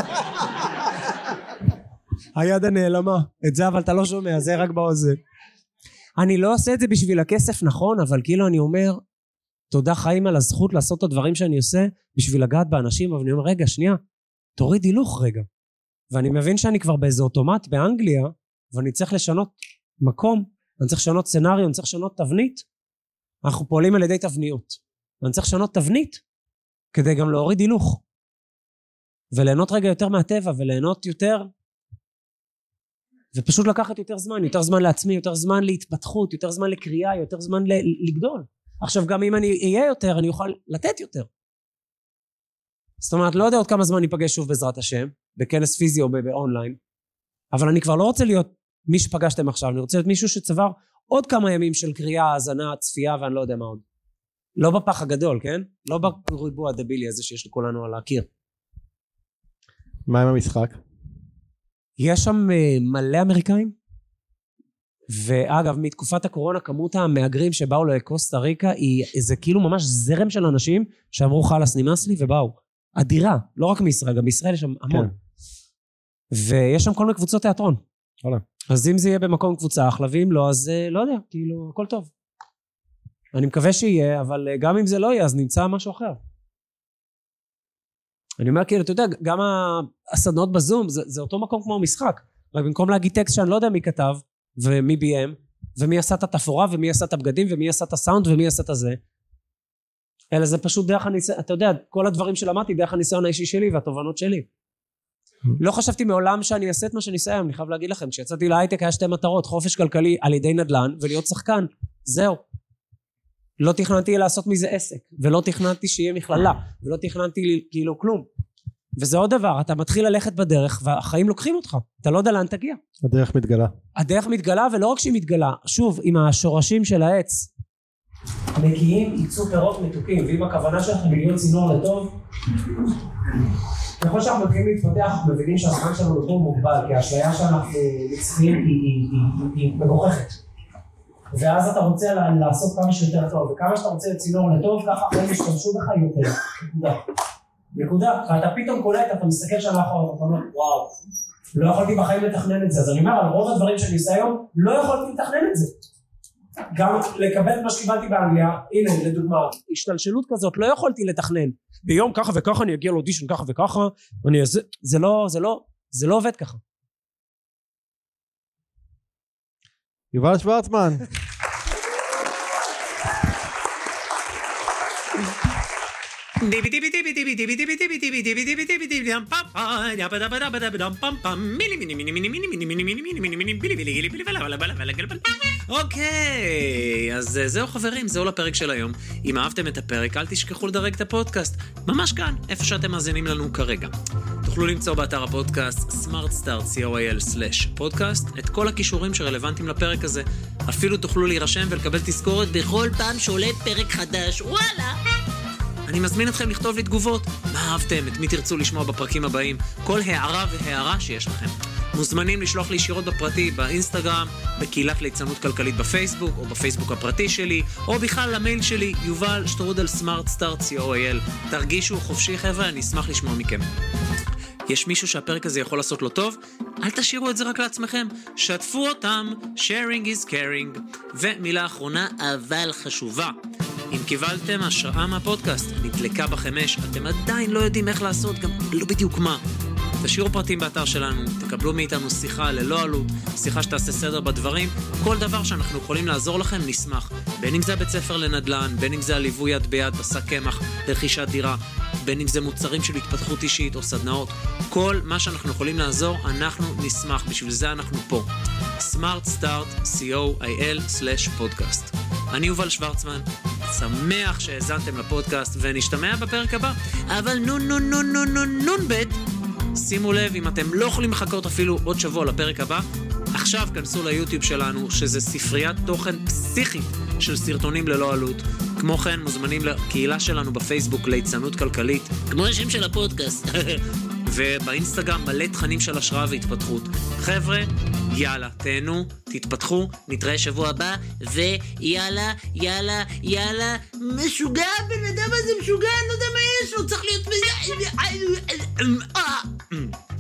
היד הנעלמה, את זה אבל אתה לא שומע, זה רק באוזן. אני לא עושה את זה בשביל הכסף, נכון, אבל כאילו אני אומר, תודה חיים על הזכות לעשות את הדברים שאני עושה, בשביל לגעת באנשים, אבל אני אומר, רגע, שנייה, תוריד הילוך רגע. ואני מבין שאני כבר באיזה אוטומט באנגליה, ואני צריך לשנות מקום, אני צריך לשנות סצנריו, אני צריך לשנות תבנית. אנחנו פועלים על ידי תבניות. ואני צריך לשנות תבנית, כדי גם להוריד הילוך. וליהנות רגע יותר מהטבע, וליהנות יותר, ופשוט לקחת יותר זמן, יותר זמן לעצמי, יותר זמן להתפתחות, יותר זמן לקריאה, יותר זמן לגדול. עכשיו גם אם אני אהיה יותר, אני אוכל לתת יותר. זאת אומרת, לא יודע עוד כמה זמן ניפגש שוב בעזרת השם, בכנס פיזי או באונליין, אבל אני כבר לא רוצה להיות מי שפגשתם עכשיו, אני רוצה להיות מישהו שצבר עוד כמה ימים של קריאה, האזנה, צפייה ואני לא יודע מה עוד. לא בפח הגדול, כן? לא בריבוע הדבילי הזה שיש לכולנו על הקיר. מה עם המשחק? יש שם מלא אמריקאים, ואגב, מתקופת הקורונה, כמות המאגרים שבאו לקוסטה ריקה, היא איזה כאילו ממש זרם של אנשים, שאמרו חלס נמאס לי ובאו. אדירה, לא רק מישראל, גם בישראל יש שם המון. כן. ויש שם כל מיני קבוצות תיאטרון. הלאה. אז אם זה יהיה במקום קבוצה, החלבים לא, אז לא יודע, כאילו, הכל טוב. אני מקווה שיהיה, אבל גם אם זה לא יהיה, אז נמצא משהו אחר. אני אומר, כאילו, אתה יודע, גם הסדנות בזום, זה, זה אותו מקום כמו המשחק. רק במקום להגיד טקסט שאני לא יודע מי כתב, ומי ביים, ומי עשה את התפאורה, ומי עשה את הבגדים, ומי עשה את הסאונד, ומי עשה את הזה. אלא זה פשוט דרך הניסיון, אתה יודע, כל הדברים שלמדתי, דרך הניסיון האישי שלי, והתובנות שלי. לא חשבתי מעולם שאני אעשה את מה שאני אעשה היום, אני חייב להגיד לכם, כשיצאתי להייטק היה שתי מטרות, חופש כלכלי על ידי נדל"ן, ולהיות שחקן. זהו. לא תכננתי לעשות מזה עסק, ולא תכננתי שיהיה מכללה, ולא תכננתי כאילו כלום. וזה עוד דבר, אתה מתחיל ללכת בדרך, והחיים לוקחים אותך, אתה לא יודע לאן תגיע. הדרך מתגלה. הדרך מתגלה, ולא רק שהיא מתגלה, שוב, עם השורשים של העץ, נקיים ייצאו פירות מתוקים, ואם הכוונה שלך מיליון צינור לטוב, ככל שאנחנו מתחילים להתפתח, מבינים שהזמן שלנו לטוב מוגבל, כי האשליה שאנחנו נצחים היא מגוחכת. ואז אתה רוצה לעשות כמה שיותר טוב, וכמה שאתה רוצה צינור לטוב, ככה הם ישתמשו בך יותר. נקודה. נקודה. ואתה פתאום קולט, אתה מסתכל שם לאחור, ואתה אומר, וואו, לא יכולתי בחיים לתכנן את זה. אז אני אומר, על רוב הדברים שאני עושה היום, לא יכולתי לתכנן את זה. גם לקבל את מה שקיבלתי באנגליה, הנה, לדוגמה, השתלשלות כזאת, לא יכולתי לתכנן. ביום ככה וככה אני אגיע לאודישן ככה וככה, אני, זה, זה לא, זה לא, זה לא עובד ככה. יובל שוורצמן. אוקיי, אז זהו חברים, זהו לפרק של היום. אם אהבתם את הפרק, אל תשכחו לדרג את הפודקאסט, ממש כאן, איפה שאתם מאזינים לנו כרגע. תוכלו למצוא באתר הפודקאסט smartstart co.il slash podcast את כל הכישורים שרלוונטיים לפרק הזה. אפילו תוכלו להירשם ולקבל תזכורת בכל פעם שעולה פרק חדש. וואלה! אני מזמין אתכם לכתוב לי תגובות, מה אהבתם, את מי תרצו לשמוע בפרקים הבאים, כל הערה והערה שיש לכם. מוזמנים לשלוח לי ישירות בפרטי, באינסטגרם, בקהילת ליצנות כלכלית בפייסבוק, או בפייסבוק הפרטי שלי, או בכלל למייל שלי, יובל שטרודל סמארטסטארט co.il. תרגישו חופשי חבר'ה, אני אשמח לשמוע מכם. יש מישהו שהפרק הזה יכול לעשות לו טוב? אל תשאירו את זה רק לעצמכם, שתפו אותם, sharing is caring. ומילה אחרונה, אבל חשובה. אם קיבלתם השראה מהפודקאסט, נדלקה בחמש, אתם עדיין לא יודעים איך לעשות, גם לא בדיוק מה. תשאירו פרטים באתר שלנו, תקבלו מאיתנו שיחה ללא עלות, שיחה שתעשה סדר בדברים, כל דבר שאנחנו יכולים לעזור לכם נשמח. בין אם זה בית ספר לנדל"ן, בין אם זה הליווי יד ביד, בשק קמח, לרכישת דירה, בין אם זה מוצרים של התפתחות אישית או סדנאות, כל מה שאנחנו יכולים לעזור, אנחנו נשמח, בשביל זה אנחנו פה. smartstart co.il slash podcast. אני יובל שוורצמן, שמח שהאזנתם לפודקאסט ונשתמע בפרק הבא, אבל נון נון נון נון נון נון בית, שימו לב, אם אתם לא יכולים לחכות אפילו עוד שבוע לפרק הבא, עכשיו כנסו ליוטיוב שלנו, שזה ספריית תוכן פסיכית של סרטונים ללא עלות, כמו כן, מוזמנים לקהילה שלנו בפייסבוק ליצנות כלכלית, כמו השם של הפודקאסט, ובאינסטגרם מלא תכנים של השראה והתפתחות. חבר'ה, יאללה, תהנו, תתפתחו, נתראה שבוע הבא, ויאללה, יאללה, יאללה, משוגע, בן אדם הזה משוגע, אני לא יודע מה יש לו, צריך להיות...